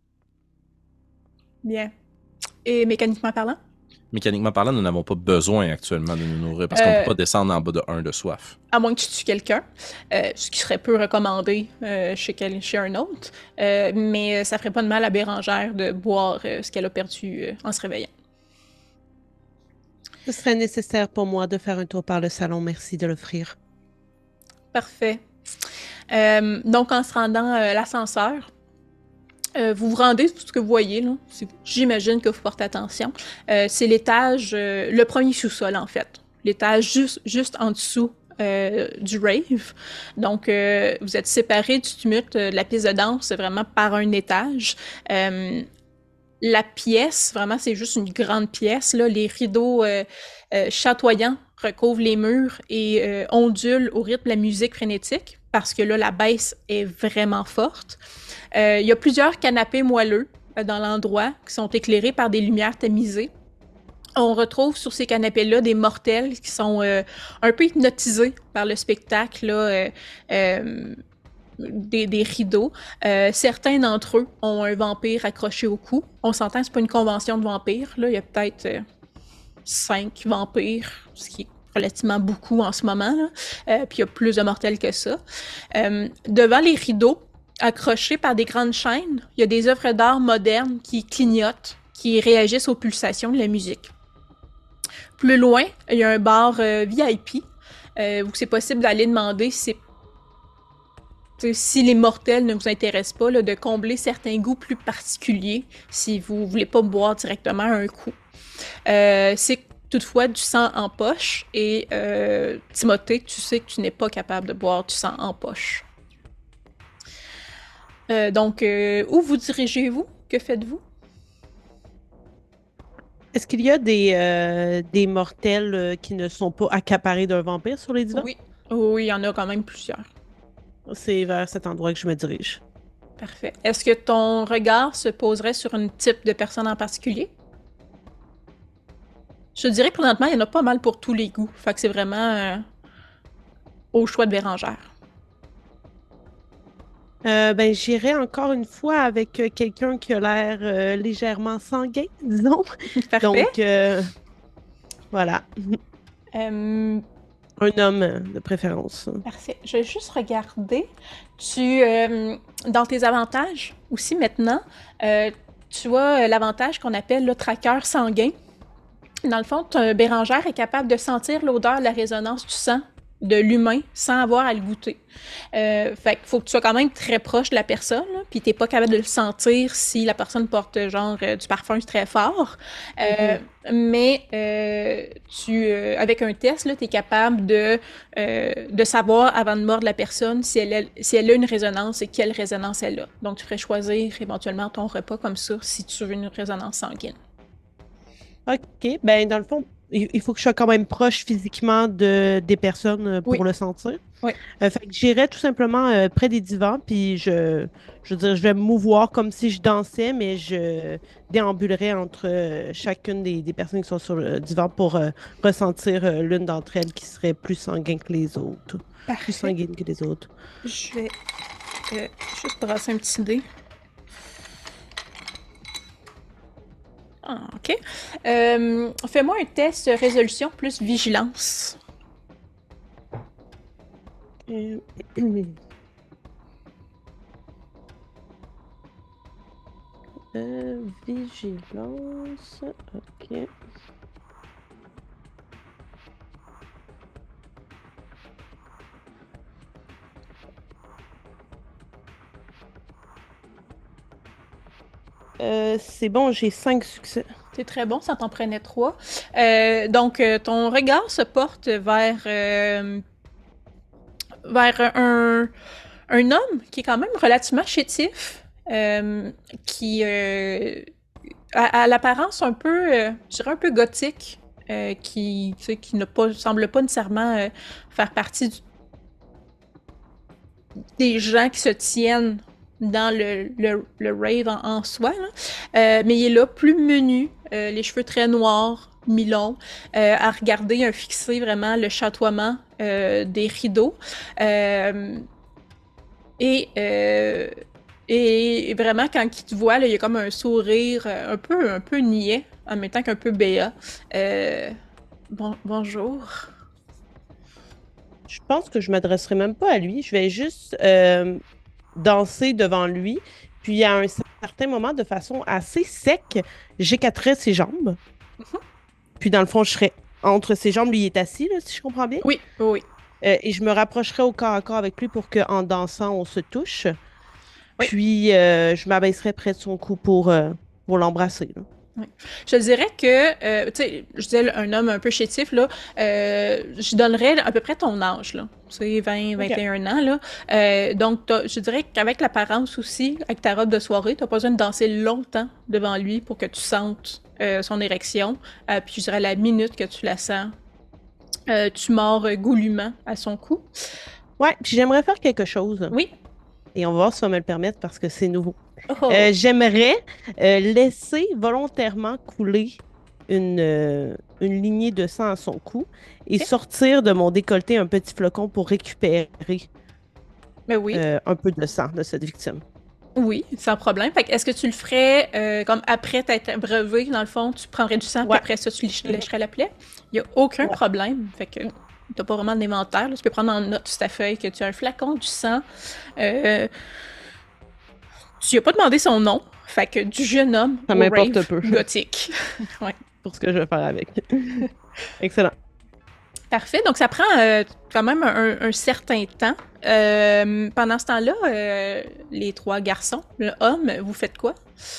Bien. Et mécaniquement parlant? Mécaniquement parlant, nous n'avons pas besoin actuellement de nous nourrir parce euh, qu'on ne peut pas descendre en bas de un de soif. À moins que tu tues quelqu'un, euh, ce qui serait peu recommandé euh, chez, quel, chez un autre, euh, mais ça ferait pas de mal à Bérangère de boire euh, ce qu'elle a perdu euh, en se réveillant. Ce serait nécessaire pour moi de faire un tour par le salon, merci de l'offrir. Parfait. Euh, donc, en se rendant à l'ascenseur, Euh, vous vous rendez, tout ce que vous voyez, là, j'imagine que vous portez attention, euh, c'est l'étage, euh, le premier sous-sol en fait, l'étage juste, juste en dessous euh, du rave. Donc, euh, vous êtes séparés du tumulte euh, de la piste de danse vraiment par un étage. Euh, la pièce, vraiment, c'est juste une grande pièce, là. Les rideaux euh, euh, chatoyants recouvrent les murs et euh, ondulent au rythme de la musique frénétique parce que là, la baisse est vraiment forte. Il euh, y a plusieurs canapés moelleux euh, dans l'endroit qui sont éclairés par des lumières tamisées. On retrouve sur ces canapés-là des mortels qui sont euh, un peu hypnotisés par le spectacle, là, euh, euh, des, des rideaux. Euh, certains d'entre eux ont un vampire accroché au cou. On s'entend que c'est pas une convention de vampires. Là. Il y a peut-être euh, cinq vampires, ce qui est relativement beaucoup en ce moment. Là. Euh, puis il y a plus de mortels que ça. Euh, devant les rideaux, accrochés par des grandes chaînes, il y a des œuvres d'art modernes qui clignotent, qui réagissent aux pulsations de la musique. Plus loin, il y a un bar euh, V I P, euh, où c'est possible d'aller demander si, si les mortels ne vous intéressent pas, là, de combler certains goûts plus particuliers si vous ne voulez pas boire directement un coup. Euh, c'est toutefois du sang en poche et euh, Timothée, tu sais que tu n'es pas capable de boire du sang en poche. Euh, donc, euh, où vous dirigez-vous? Que faites-vous? Est-ce qu'il y a des, euh, des mortels euh, qui ne sont pas accaparés d'un vampire sur les divans? Oui. Oui, il y en a quand même plusieurs. C'est vers cet endroit que je me dirige. Parfait. Est-ce que ton regard se poserait sur un type de personne en particulier? Je dirais que présentement, il y en a pas mal pour tous les goûts. Fait que c'est vraiment euh, au choix de Bérangère. Euh, ben, j'irai encore une fois avec euh, quelqu'un qui a l'air euh, légèrement sanguin, disons. Parfait. Donc, euh, voilà. Euh... Un homme de préférence. Parfait. Je vais juste regarder. Tu, euh, dans tes avantages aussi maintenant, euh, tu as l'avantage qu'on appelle le traqueur sanguin. Dans le fond, ton Bérangère est capable de sentir l'odeur de la résonance du sang de l'humain sans avoir à le goûter. Euh, fait qu'il faut que tu sois quand même très proche de la personne, là, puis t'es pas capable de le sentir si la personne porte genre euh, du parfum très fort. Euh, mm-hmm. Mais euh, tu, euh, avec un test, là, t'es capable de, euh, de savoir avant de mordre la personne si elle, a, si elle a une résonance et quelle résonance elle a. Donc tu ferais choisir éventuellement ton repas comme ça si tu veux une résonance sanguine. OK. Ben, dans le fond, il il faut que je sois quand même proche physiquement de, des personnes euh, pour Oui. le sentir. Oui. Euh, fait que j'irais tout simplement euh, près des divans, puis je, je veux dire, je vais me mouvoir comme si je dansais, mais je déambulerais entre euh, chacune des, des personnes qui sont sur le divan pour euh, ressentir euh, l'une d'entre elles qui serait plus sanguine que les autres. Plus Parfait. sanguine que les autres. Je vais euh, juste brasser un petit dé. Ah, OK. Euh, fais-moi un test résolution plus vigilance. Euh, euh, vigilance. OK. Euh, c'est bon, j'ai cinq succès. C'est très bon, ça t'en prenait trois. Euh, donc, euh, ton regard se porte vers, euh, vers un, un homme qui est quand même relativement chétif, euh, qui euh, a, a l'apparence un peu, euh, je dirais un peu gothique, euh, qui, tu sais, qui ne pas, semble pas nécessairement euh, faire partie du- des gens qui se tiennent dans le, le, le rave en, en soi, là. Euh, mais il est là, plus menu, euh, les cheveux très noirs, mi-longs, euh, à regarder, à fixer vraiment le chatoiement euh, des rideaux. Euh, et, euh, et vraiment, quand il te voit, là, il y a comme un sourire euh, un peu, un peu niais, en même temps qu'un peu béat. Euh, bon, bonjour. Je pense que je m'adresserai même pas à lui. Je vais juste euh, danser devant lui. Puis à un certain moment, de façon assez sec, j'écarterai ses jambes. Mhm. Puis dans le fond, je serai entre ses jambes. Lui, il est assis, là, si je comprends bien. Oui, oui, oui. Euh, et je me rapprocherai au corps à corps avec lui pour qu'en dansant, on se touche. Oui. Puis euh, je m'abaisserai près de son cou pour, euh, pour l'embrasser, là. Je dirais que, euh, tu sais, je disais un homme un peu chétif, là, euh, je donnerais à peu près ton âge, là. Tu sais, vingt, vingt et un ans, là. Euh, donc, t'as- je dirais qu'avec l'apparence aussi, avec ta robe de soirée, t'as pas besoin de danser longtemps devant lui pour que tu sentes euh, son érection. Euh, puis je dirais la minute que tu la sens, euh, tu mords euh, goulûment à son cou. Ouais, puis j'aimerais faire quelque chose. Oui. Et on va voir si ça va me le permettre parce que c'est nouveau. Oh. Euh, j'aimerais euh, laisser volontairement couler une, euh, une lignée de sang à son cou et Ok. sortir de mon décolleté un petit flocon pour récupérer Mais oui, euh, un peu de sang de cette victime. oui, sans problème. Fait que est-ce que tu le ferais euh, comme après t'être brevé, dans le fond, tu prendrais du sang, puis Ouais. après ça, tu lècherais lècherais la plaie? Il n'y a aucun Ouais. problème. Fait que t'as pas vraiment d'inventaire, là. Tu peux prendre en note sur ta feuille que tu as un flacon, du sang. Euh, tu lui as pas demandé son nom. Fait que du jeune homme Ça au m'importe rave peu. gothique. Ouais. Pour ce que je vais faire avec. Excellent. Parfait. Donc, ça prend euh, quand même un, un certain temps. Euh, pendant ce temps-là, euh, les trois garçons, le homme, vous faites quoi?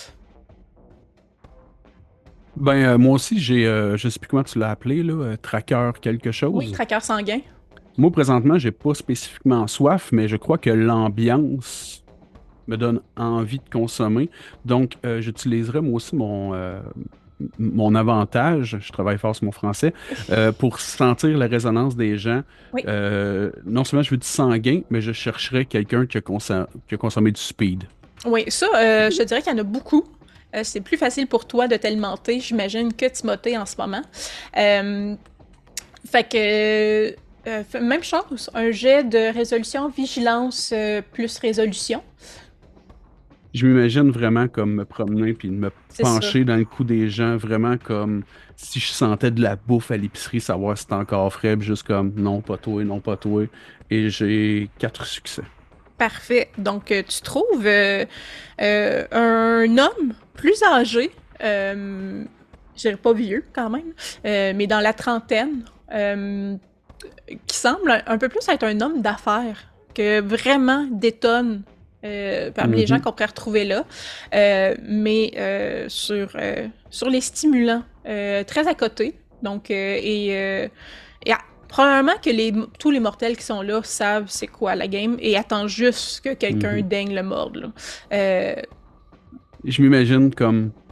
Ben, euh, moi aussi, j'ai, euh, je sais plus comment tu l'as appelé, là, euh, tracker quelque chose. Oui, traqueur sanguin. Moi, présentement, j'ai pas spécifiquement soif, mais je crois que l'ambiance me donne envie de consommer. Donc, euh, j'utiliserai moi aussi mon, euh, m- mon avantage, je travaille fort sur mon français, euh, pour sentir la résonance des gens. Oui. Euh, non seulement je veux du sanguin, mais je chercherai quelqu'un qui a, consom- qui a consommé du speed. Oui, ça, euh, je te dirais qu'il y en a beaucoup. Euh, c'est plus facile pour toi de t'alimenter, j'imagine, que Timothée en ce moment. Euh, fait que, euh, fait- même chose, un jet de résolution, vigilance euh, plus résolution. Je m'imagine vraiment comme me promener puis me C'est pencher dans le cou des gens, vraiment comme si je sentais de la bouffe à l'épicerie, savoir si c'est encore frais, puis juste comme non, pas toi, non, pas toi. Et j'ai quatre succès. Parfait. Donc, euh, tu trouves euh, euh, un homme plus âgé, euh, je dirais pas vieux quand même, euh, mais dans la trentaine, euh, qui semble un, un peu plus être un homme d'affaires, que vraiment détonne euh, parmi les Mhm. gens qu'on pourrait retrouver là, euh, mais euh, sur, euh, sur les stimulants, euh, très à côté. Donc, euh, et, euh, et ah, probablement que les, tous les mortels qui sont là savent c'est quoi la game et attendent juste que quelqu'un Mhm. daigne le mordre, là. Euh, Je m'imagine comme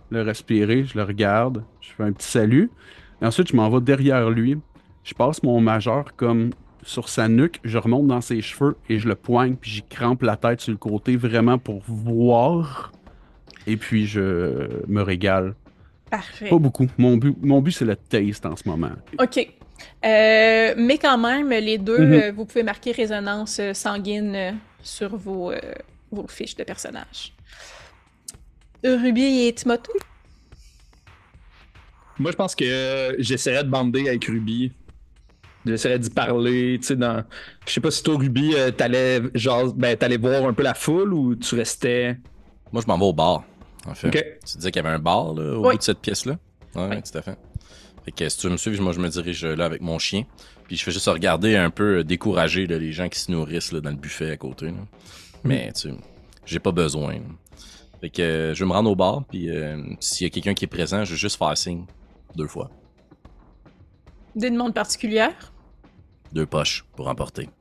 le respirer, je le regarde, je fais un petit salut. Et ensuite, je m'en vais derrière lui. Je passe mon majeur comme sur sa nuque, je remonte dans ses cheveux et je le poigne, puis j'y crampe la tête sur le côté vraiment pour voir. Et puis, je me régale. Parfait. Pas beaucoup. Mon but, mon but c'est le taste en ce moment. OK. Euh, mais quand même, les deux, Mhm. euh, vous pouvez marquer résonance euh, sanguine euh, sur vos, euh, vos fiches de personnages. Ruby et Timothée? Moi, je pense que euh, j'essaierais de bander avec Ruby. J'essaierais d'y parler, tu sais, dans... Je sais pas si toi, Ruby, euh, t'allais, genre, ben, t'allais voir un peu la foule ou tu restais... Moi, je m'en vais au bar, en fait. Ok. Tu disais qu'il y avait un bar là, au Oui. bout de cette pièce-là? Ouais, Oui. tout à fait. Fait que si tu veux me suivre, moi, je me dirige là avec mon chien. Puis je fais juste regarder un peu euh, décourager là, les gens qui se nourrissent là, dans le buffet à côté. Là. Mais, tu sais, j'ai pas besoin. Là. Fait que euh, je vais me rendre au bar, puis euh, s'il y a quelqu'un qui est présent, je vais juste faire signe. Deux fois. Des demandes particulières? Deux poches pour emporter.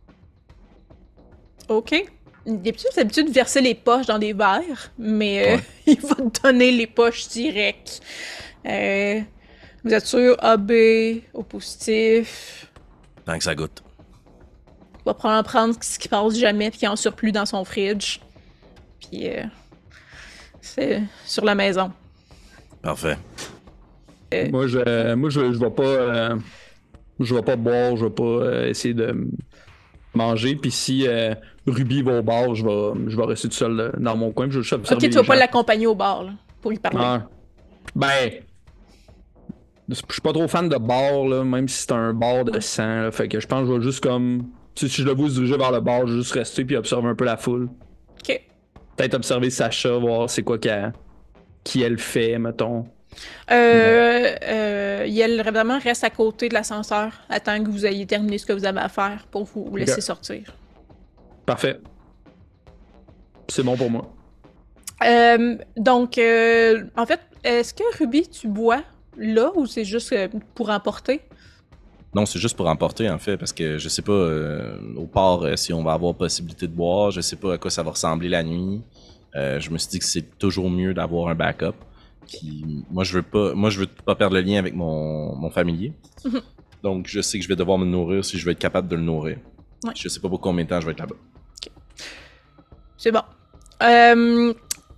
OK. Il est plus habitué de verser les poches dans des verres, mais euh, Ouais. il va te donner les poches direct. Euh, vous êtes sûr? A B, au positif. Tant que ça goûte. Il va probablement prendre ce qui passe jamais puis qui est en surplus dans son fridge. Puis euh, c'est sur la maison. Parfait. Euh, Moi, je, moi, je, je vais pas, euh, je vais pas boire, je vais pas euh, essayer de m- manger. Puis si euh, Ruby va au bar, je vais, je vais rester tout seul euh, dans mon coin. Puis je vais juste observer ok, tu les vas pas gens. l'accompagner au bar là, pour lui parler. Ah. Ben, je suis pas trop fan de bar, là, même si c'est un bar de sang. Là, fait que je pense que je vais juste comme. Tu sais, si je le vois se diriger vers le bar, je vais juste rester puis observer un peu la foule. Ok. Peut-être observer Sacha, voir c'est quoi qu'elle, qui elle fait, mettons. Euh, euh, Yel vraiment reste à côté de l'ascenseur, attend que vous ayez terminé ce que vous avez à faire pour vous laisser Ok. sortir. Parfait. C'est bon pour moi. Euh, donc, euh, en fait, est-ce que Ruby, tu bois là ou c'est juste euh, pour emporter? Non, c'est juste pour emporter, en fait, parce que je sais pas euh, au port euh, si on va avoir possibilité de boire, je sais pas à quoi ça va ressembler la nuit. Euh, je me suis dit que c'est toujours mieux d'avoir un backup. Puis moi je veux pas moi je veux pas perdre le lien avec mon, mon familier. Mhm. Donc je sais que je vais devoir me nourrir si je vais être capable de le nourrir. Ouais. Je sais pas pour combien de temps je vais être là-bas. C'est bon. Euh,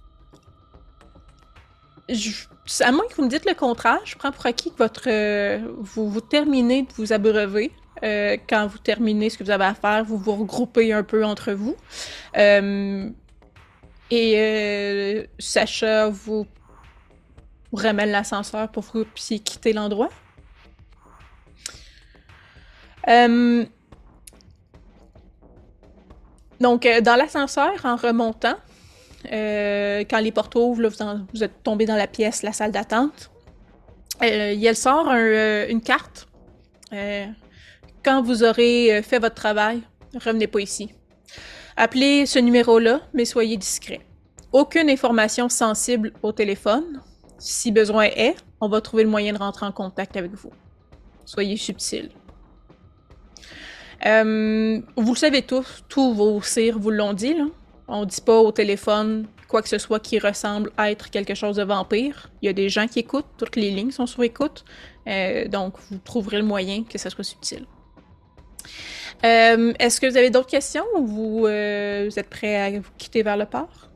je- à moins que vous me dites le contraire, je prends pour acquis que votre, euh, vous, vous terminez de vous abreuver. Euh, quand vous terminez ce que vous avez à faire, vous vous regroupez un peu entre vous. Euh, et euh, Sacha vous ramène l'ascenseur pour que vous puissiez quitter l'endroit. Euh, donc, euh, dans l'ascenseur, en remontant, euh, quand les portes ouvrent, là, vous, en- vous êtes tombé dans la pièce, la salle d'attente. Euh, elle sort un, euh, une carte. Euh, quand vous aurez euh, fait votre travail, revenez pas ici. Appelez ce numéro-là, mais soyez discret. Aucune information sensible au téléphone. Si besoin est, on va trouver le moyen de rentrer en contact avec vous. Soyez subtil. Euh, vous le savez tous, tous vos sires vous l'ont dit, là. On dit pas au téléphone quoi que ce soit qui ressemble à être quelque chose de vampire. Il y a des gens qui écoutent, toutes les lignes sont sur écoute. Euh, donc, vous trouverez le moyen que ça soit subtil. Euh, Est-ce que vous avez d'autres questions ou vous, euh, vous êtes prêts à vous quitter vers le port?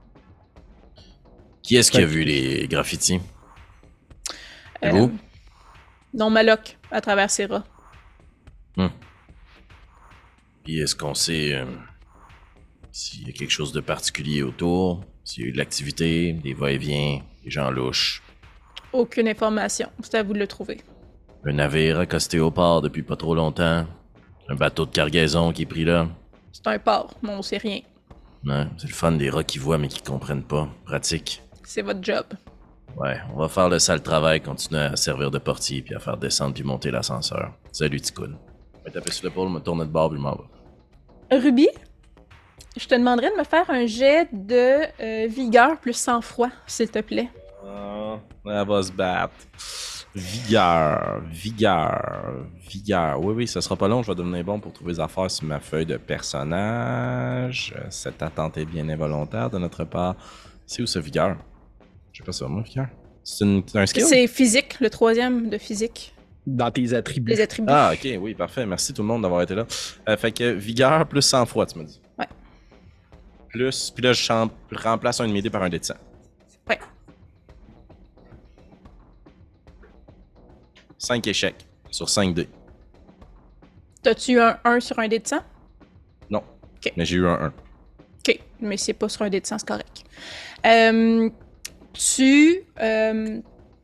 Qui est-ce qui a vu les graffitis? C'est Euh, vous? Non, Maloc, à travers ses rats. Puis est-ce qu'on sait euh, s'il y a quelque chose de particulier autour? S'il y a eu de l'activité, des va-et-vient, des gens louches? Aucune information. C'est à vous de le trouver. Un navire accosté au port depuis pas trop longtemps? Un bateau de cargaison qui est pris là? C'est un port, mais on sait rien. Ouais, c'est le fun des rats qui voient mais qui comprennent pas. Pratique. C'est votre job. Ouais, on va faire le sale travail, continuer à servir de portier puis à faire descendre puis monter l'ascenseur. Salut, Ticoun. Je vais taper sur l'épaule, me tourner de bord puis je m'en vais. Ruby, je te demanderais de me faire un jet de euh, vigueur plus sang-froid, s'il te plaît. Ah, elle va se battre. Vigueur, vigueur, vigueur. Oui, oui, ça sera pas long, je vais devenir bon pour trouver des affaires sur ma feuille de personnage. Cette attente est bien involontaire de notre part. C'est où ce vigueur? Je sais pas ça, moi, Vigueur. C'est une- un skill? C'est physique, le troisième de physique. Dans tes attributs. Les attributs. Ah, ok, oui, parfait. Merci tout le monde d'avoir été là. Euh, fait que vigueur plus sang-froid, tu m'as dit. Ouais. Plus, puis là, je cham- remplace un de mes dés par un dé de sang. Ouais. cinq échecs sur cinq dés. T'as-tu un un sur un dé de sang? Non. Ok. Mais j'ai eu un un. Ok, mais c'est pas sur un dé de sang, c'est correct. Euh, tu. Euh,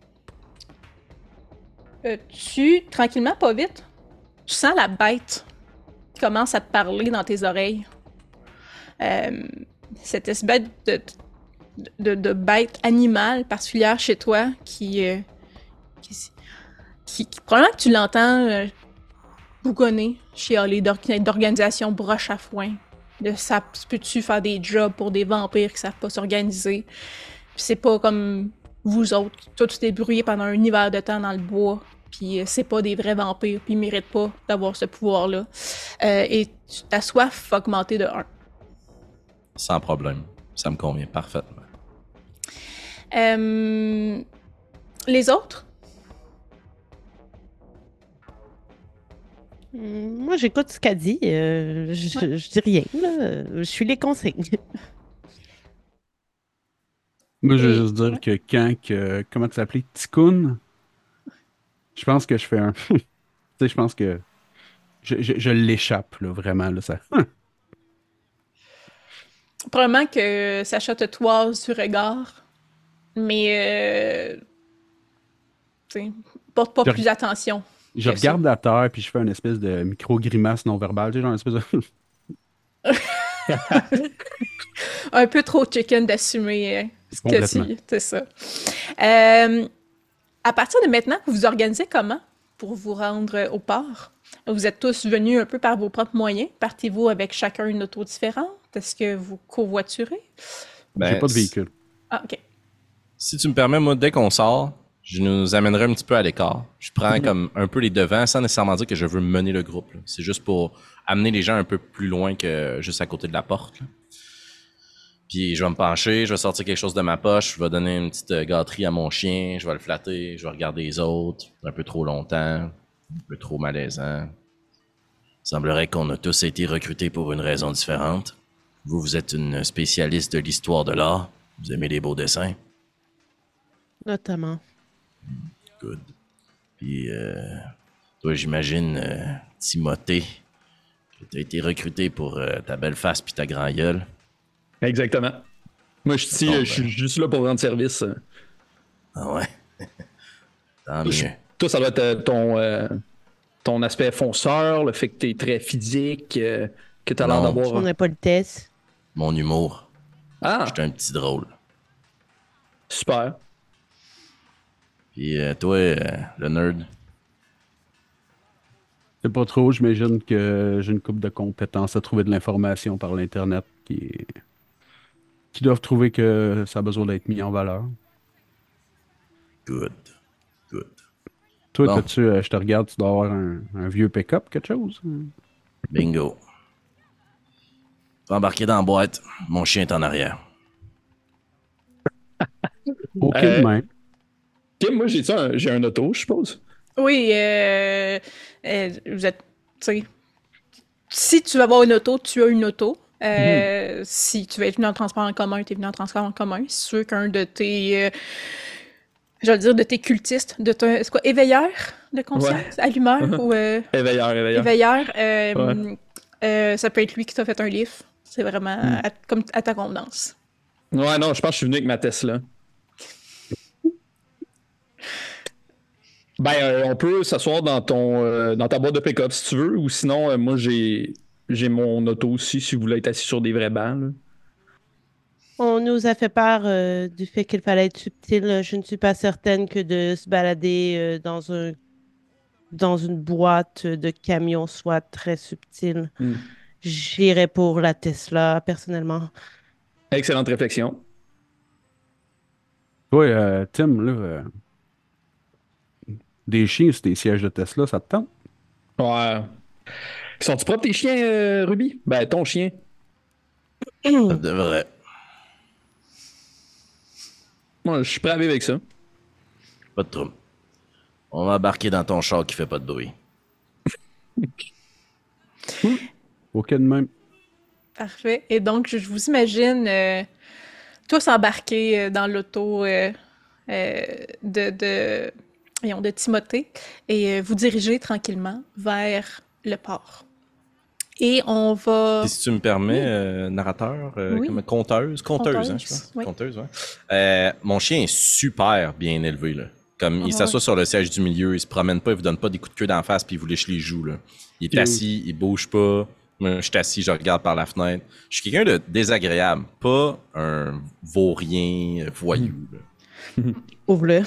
euh, tu, tranquillement, pas vite, tu sens la bête qui commence à te parler dans tes oreilles. Euh, cette espèce de, de, de bête animale particulière chez toi qui. Euh, qui, qui, qui- probablement que tu l'entends euh, bougonner, chialer d'or- d'organisation broche à foin. De ça, peux-tu faire des jobs pour des vampires qui savent pas s'organiser? Puis c'est pas comme vous autres. Toi, tu t'es brouillé pendant un hiver de temps dans le bois. Puis euh, c'est pas des vrais vampires. Puis ils méritent pas d'avoir ce pouvoir-là. Euh, et tu- ta soif va augmenter de un. Sans problème. Ça me convient parfaitement. Euh, les autres? Hum, Moi, j'écoute ce qu'elle dit. euh, je, Ouais. je dis rien. Là. Je suis les consignes. Moi, je veux Et- juste dire ouais. que quand que. Comment tu l'appelais? Tikkun? Je pense que je fais un. Tu sais, je pense que. Je, je, je l'échappe, là, vraiment. Là, ça... Probablement que Sacha te toise du regard. Mais. Euh, tu sais, porte pas Je- plus attention. Je que ça. regarde la terre, puis je fais une espèce de micro-grimace non-verbale. Tu sais, genre une espèce de. Un peu trop chicken d'assumer euh, ce que Complètement. tu... C'est ça. Euh, à partir de maintenant, vous vous organisez comment pour vous rendre euh, au port? Vous êtes tous venus un peu par vos propres moyens. Partez-vous avec chacun une auto différente? Est-ce que vous covoiturez? J'ai Ben, pas de véhicule. Ah, OK. Si tu me permets, moi, dès qu'on sort, je nous amènerai un petit peu à l'écart. Je prends comme un peu les devants sans nécessairement dire que je veux mener le groupe. là. C'est juste pour amener les gens un peu plus loin que juste à côté de la porte. là. Puis je vais me pencher, je vais sortir quelque chose de ma poche, je vais donner une petite euh, gâterie à mon chien, je vais le flatter, je vais regarder les autres, un peu trop longtemps, un peu trop malaisant. Il semblerait qu'on a tous été recrutés pour une raison différente. Vous, vous êtes une spécialiste de l'histoire de l'art. Vous aimez les beaux dessins. Notamment. Good. Puis, euh, toi, j'imagine, euh, Timothée, que t'as été recruté pour euh, ta belle face puis ta grand gueule. Exactement. Moi, je suis ici, Bon, euh, ben. je suis juste là pour rendre service. euh. Ah ouais? Tant Je- mieux. Toi, ça doit être euh, ton, euh, ton aspect fonceur, le fait que t'es très physique, euh, que t'as l'air Non. Son d'avoir. impolitesse. Mon humour. Ah, J'étais un petit drôle. super. Puis euh, toi, euh, le nerd. C'est pas trop, j'imagine que j'ai une couple de compétences à trouver de l'information par l'Internet qui, qui doivent trouver que ça a besoin d'être mis en valeur. Good. Good. Toi, Bon. t'as-tu, euh, je te regarde, tu dois avoir un, un vieux pick-up, quelque chose? Bingo. Tu vas embarquer dans la boîte. Mon chien est en arrière. Aucune Euh, main. Kim, moi, j'ai un, j'ai un auto, je suppose. Oui, euh, euh, vous êtes... Tu sais, si tu veux avoir une auto, tu as une auto. Euh, Si tu veux être venu en transport en commun, tu es venu en transport en commun. C'est sûr qu'un de tes... euh, je vais dire de tes cultistes, de ton... C'est quoi, éveilleur de conscience? Allumeur ou... euh, Éveilleur, éveilleur. éveilleur. euh, Ouais. euh, ça peut être lui qui t'a fait un livre. C'est vraiment Hmm. à, comme à ta convenance. Ouais, non, je pense que je suis venu avec ma Tesla. Ben, euh, on peut s'asseoir dans ton euh, dans ta boîte de pick-up si tu veux, ou sinon, euh, moi, j'ai j'ai mon auto aussi si vous voulez être assis sur des vrais bancs. là. On nous a fait part euh, du fait qu'il fallait être subtil. Je ne suis pas certaine que de se balader euh, dans un dans une boîte de camion soit très subtil. Hmm. J'irais pour la Tesla, personnellement. Excellente réflexion. Toi, euh, Tim, là, euh, des chiens sur tes sièges de Tesla, ça te tente? Ouais. Sont-tu propres tes chiens, euh, Ruby? Ben, ton chien. Ça devrait. Moi, je suis prêt à vivre avec ça. Pas de trouble. On va embarquer dans ton char qui fait pas de bruit. Ok, de même. Parfait. Et donc, je, je vous imagine euh, tous embarqués euh, dans l'auto euh, euh, de, de, voyons, de Timothée et euh, vous diriger tranquillement vers le port. Et on va... Puis si tu me permets, Oui. euh, narrateur, euh, Oui. comme conteuse, conteuse, Conteuse, hein, je pense. oui. Conteuse, ouais. Euh, mon chien est super bien élevé, là. Comme Ah, il s'assoit ouais. sur le siège du milieu, il se promène pas, il vous donne pas des coups de queue d'en face, puis il vous lèche les joues, là. Il est Cute. assis, il bouge pas. Moi, je suis assis, je regarde par la fenêtre. Je suis quelqu'un de désagréable, pas un vaurien euh, voyou, là. Ouvre-le.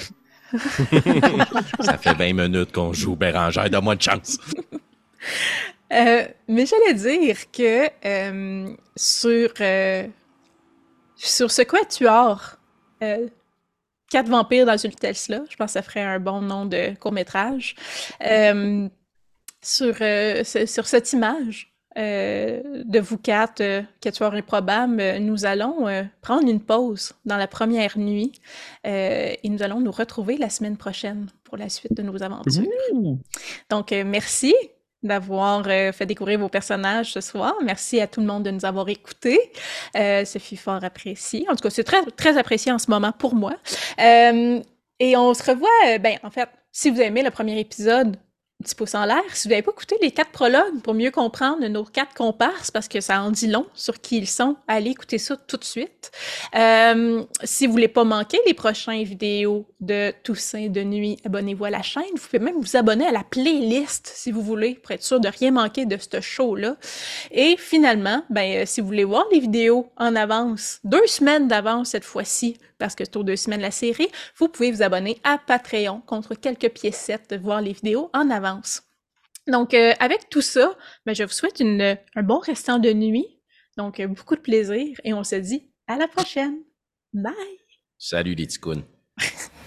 Ça fait vingt minutes qu'on joue Bérangère, donne-moi de chance. Euh, mais j'allais dire que euh, sur, euh, sur ce quatuor, euh, quatre vampires dans une Tesla, je pense que ça ferait un bon nom de court-métrage, euh, sur, euh, ce- sur cette image euh, de vous quatre, euh, quatuors improbables, euh, nous allons euh, prendre une pause dans la première nuit euh, et nous allons nous retrouver la semaine prochaine pour la suite de nos aventures. Ouh. Donc, euh, merci d'avoir euh, fait découvrir vos personnages ce soir. Merci à tout le monde de nous avoir écoutés. Euh, ce fut fort apprécié. En tout cas, c'est très, très apprécié en ce moment pour moi. Euh, et on se revoit, euh, ben, en fait, si vous avez aimé le premier épisode, un petit pouce en l'air. Si vous n'avez pas écouté les quatre prologues pour mieux comprendre nos quatre comparses, parce que ça en dit long sur qui ils sont, allez écouter ça tout de suite. Euh, si vous voulez pas manquer les prochaines vidéos de Toussaint de nuit, abonnez-vous à la chaîne. Vous pouvez même vous abonner à la playlist si vous voulez, pour être sûr de rien manquer de ce show-là. Et finalement, ben, euh, si vous voulez voir les vidéos en avance, deux semaines d'avance cette fois-ci, parce que c'est aux deux semaines la série, vous pouvez vous abonner à Patreon contre quelques piécettes de voir les vidéos en avance. Donc, euh, avec tout ça, ben, je vous souhaite une, un bon restant de nuit. Donc, euh, beaucoup de plaisir et on se dit à la prochaine. Bye! Salut les ticounes.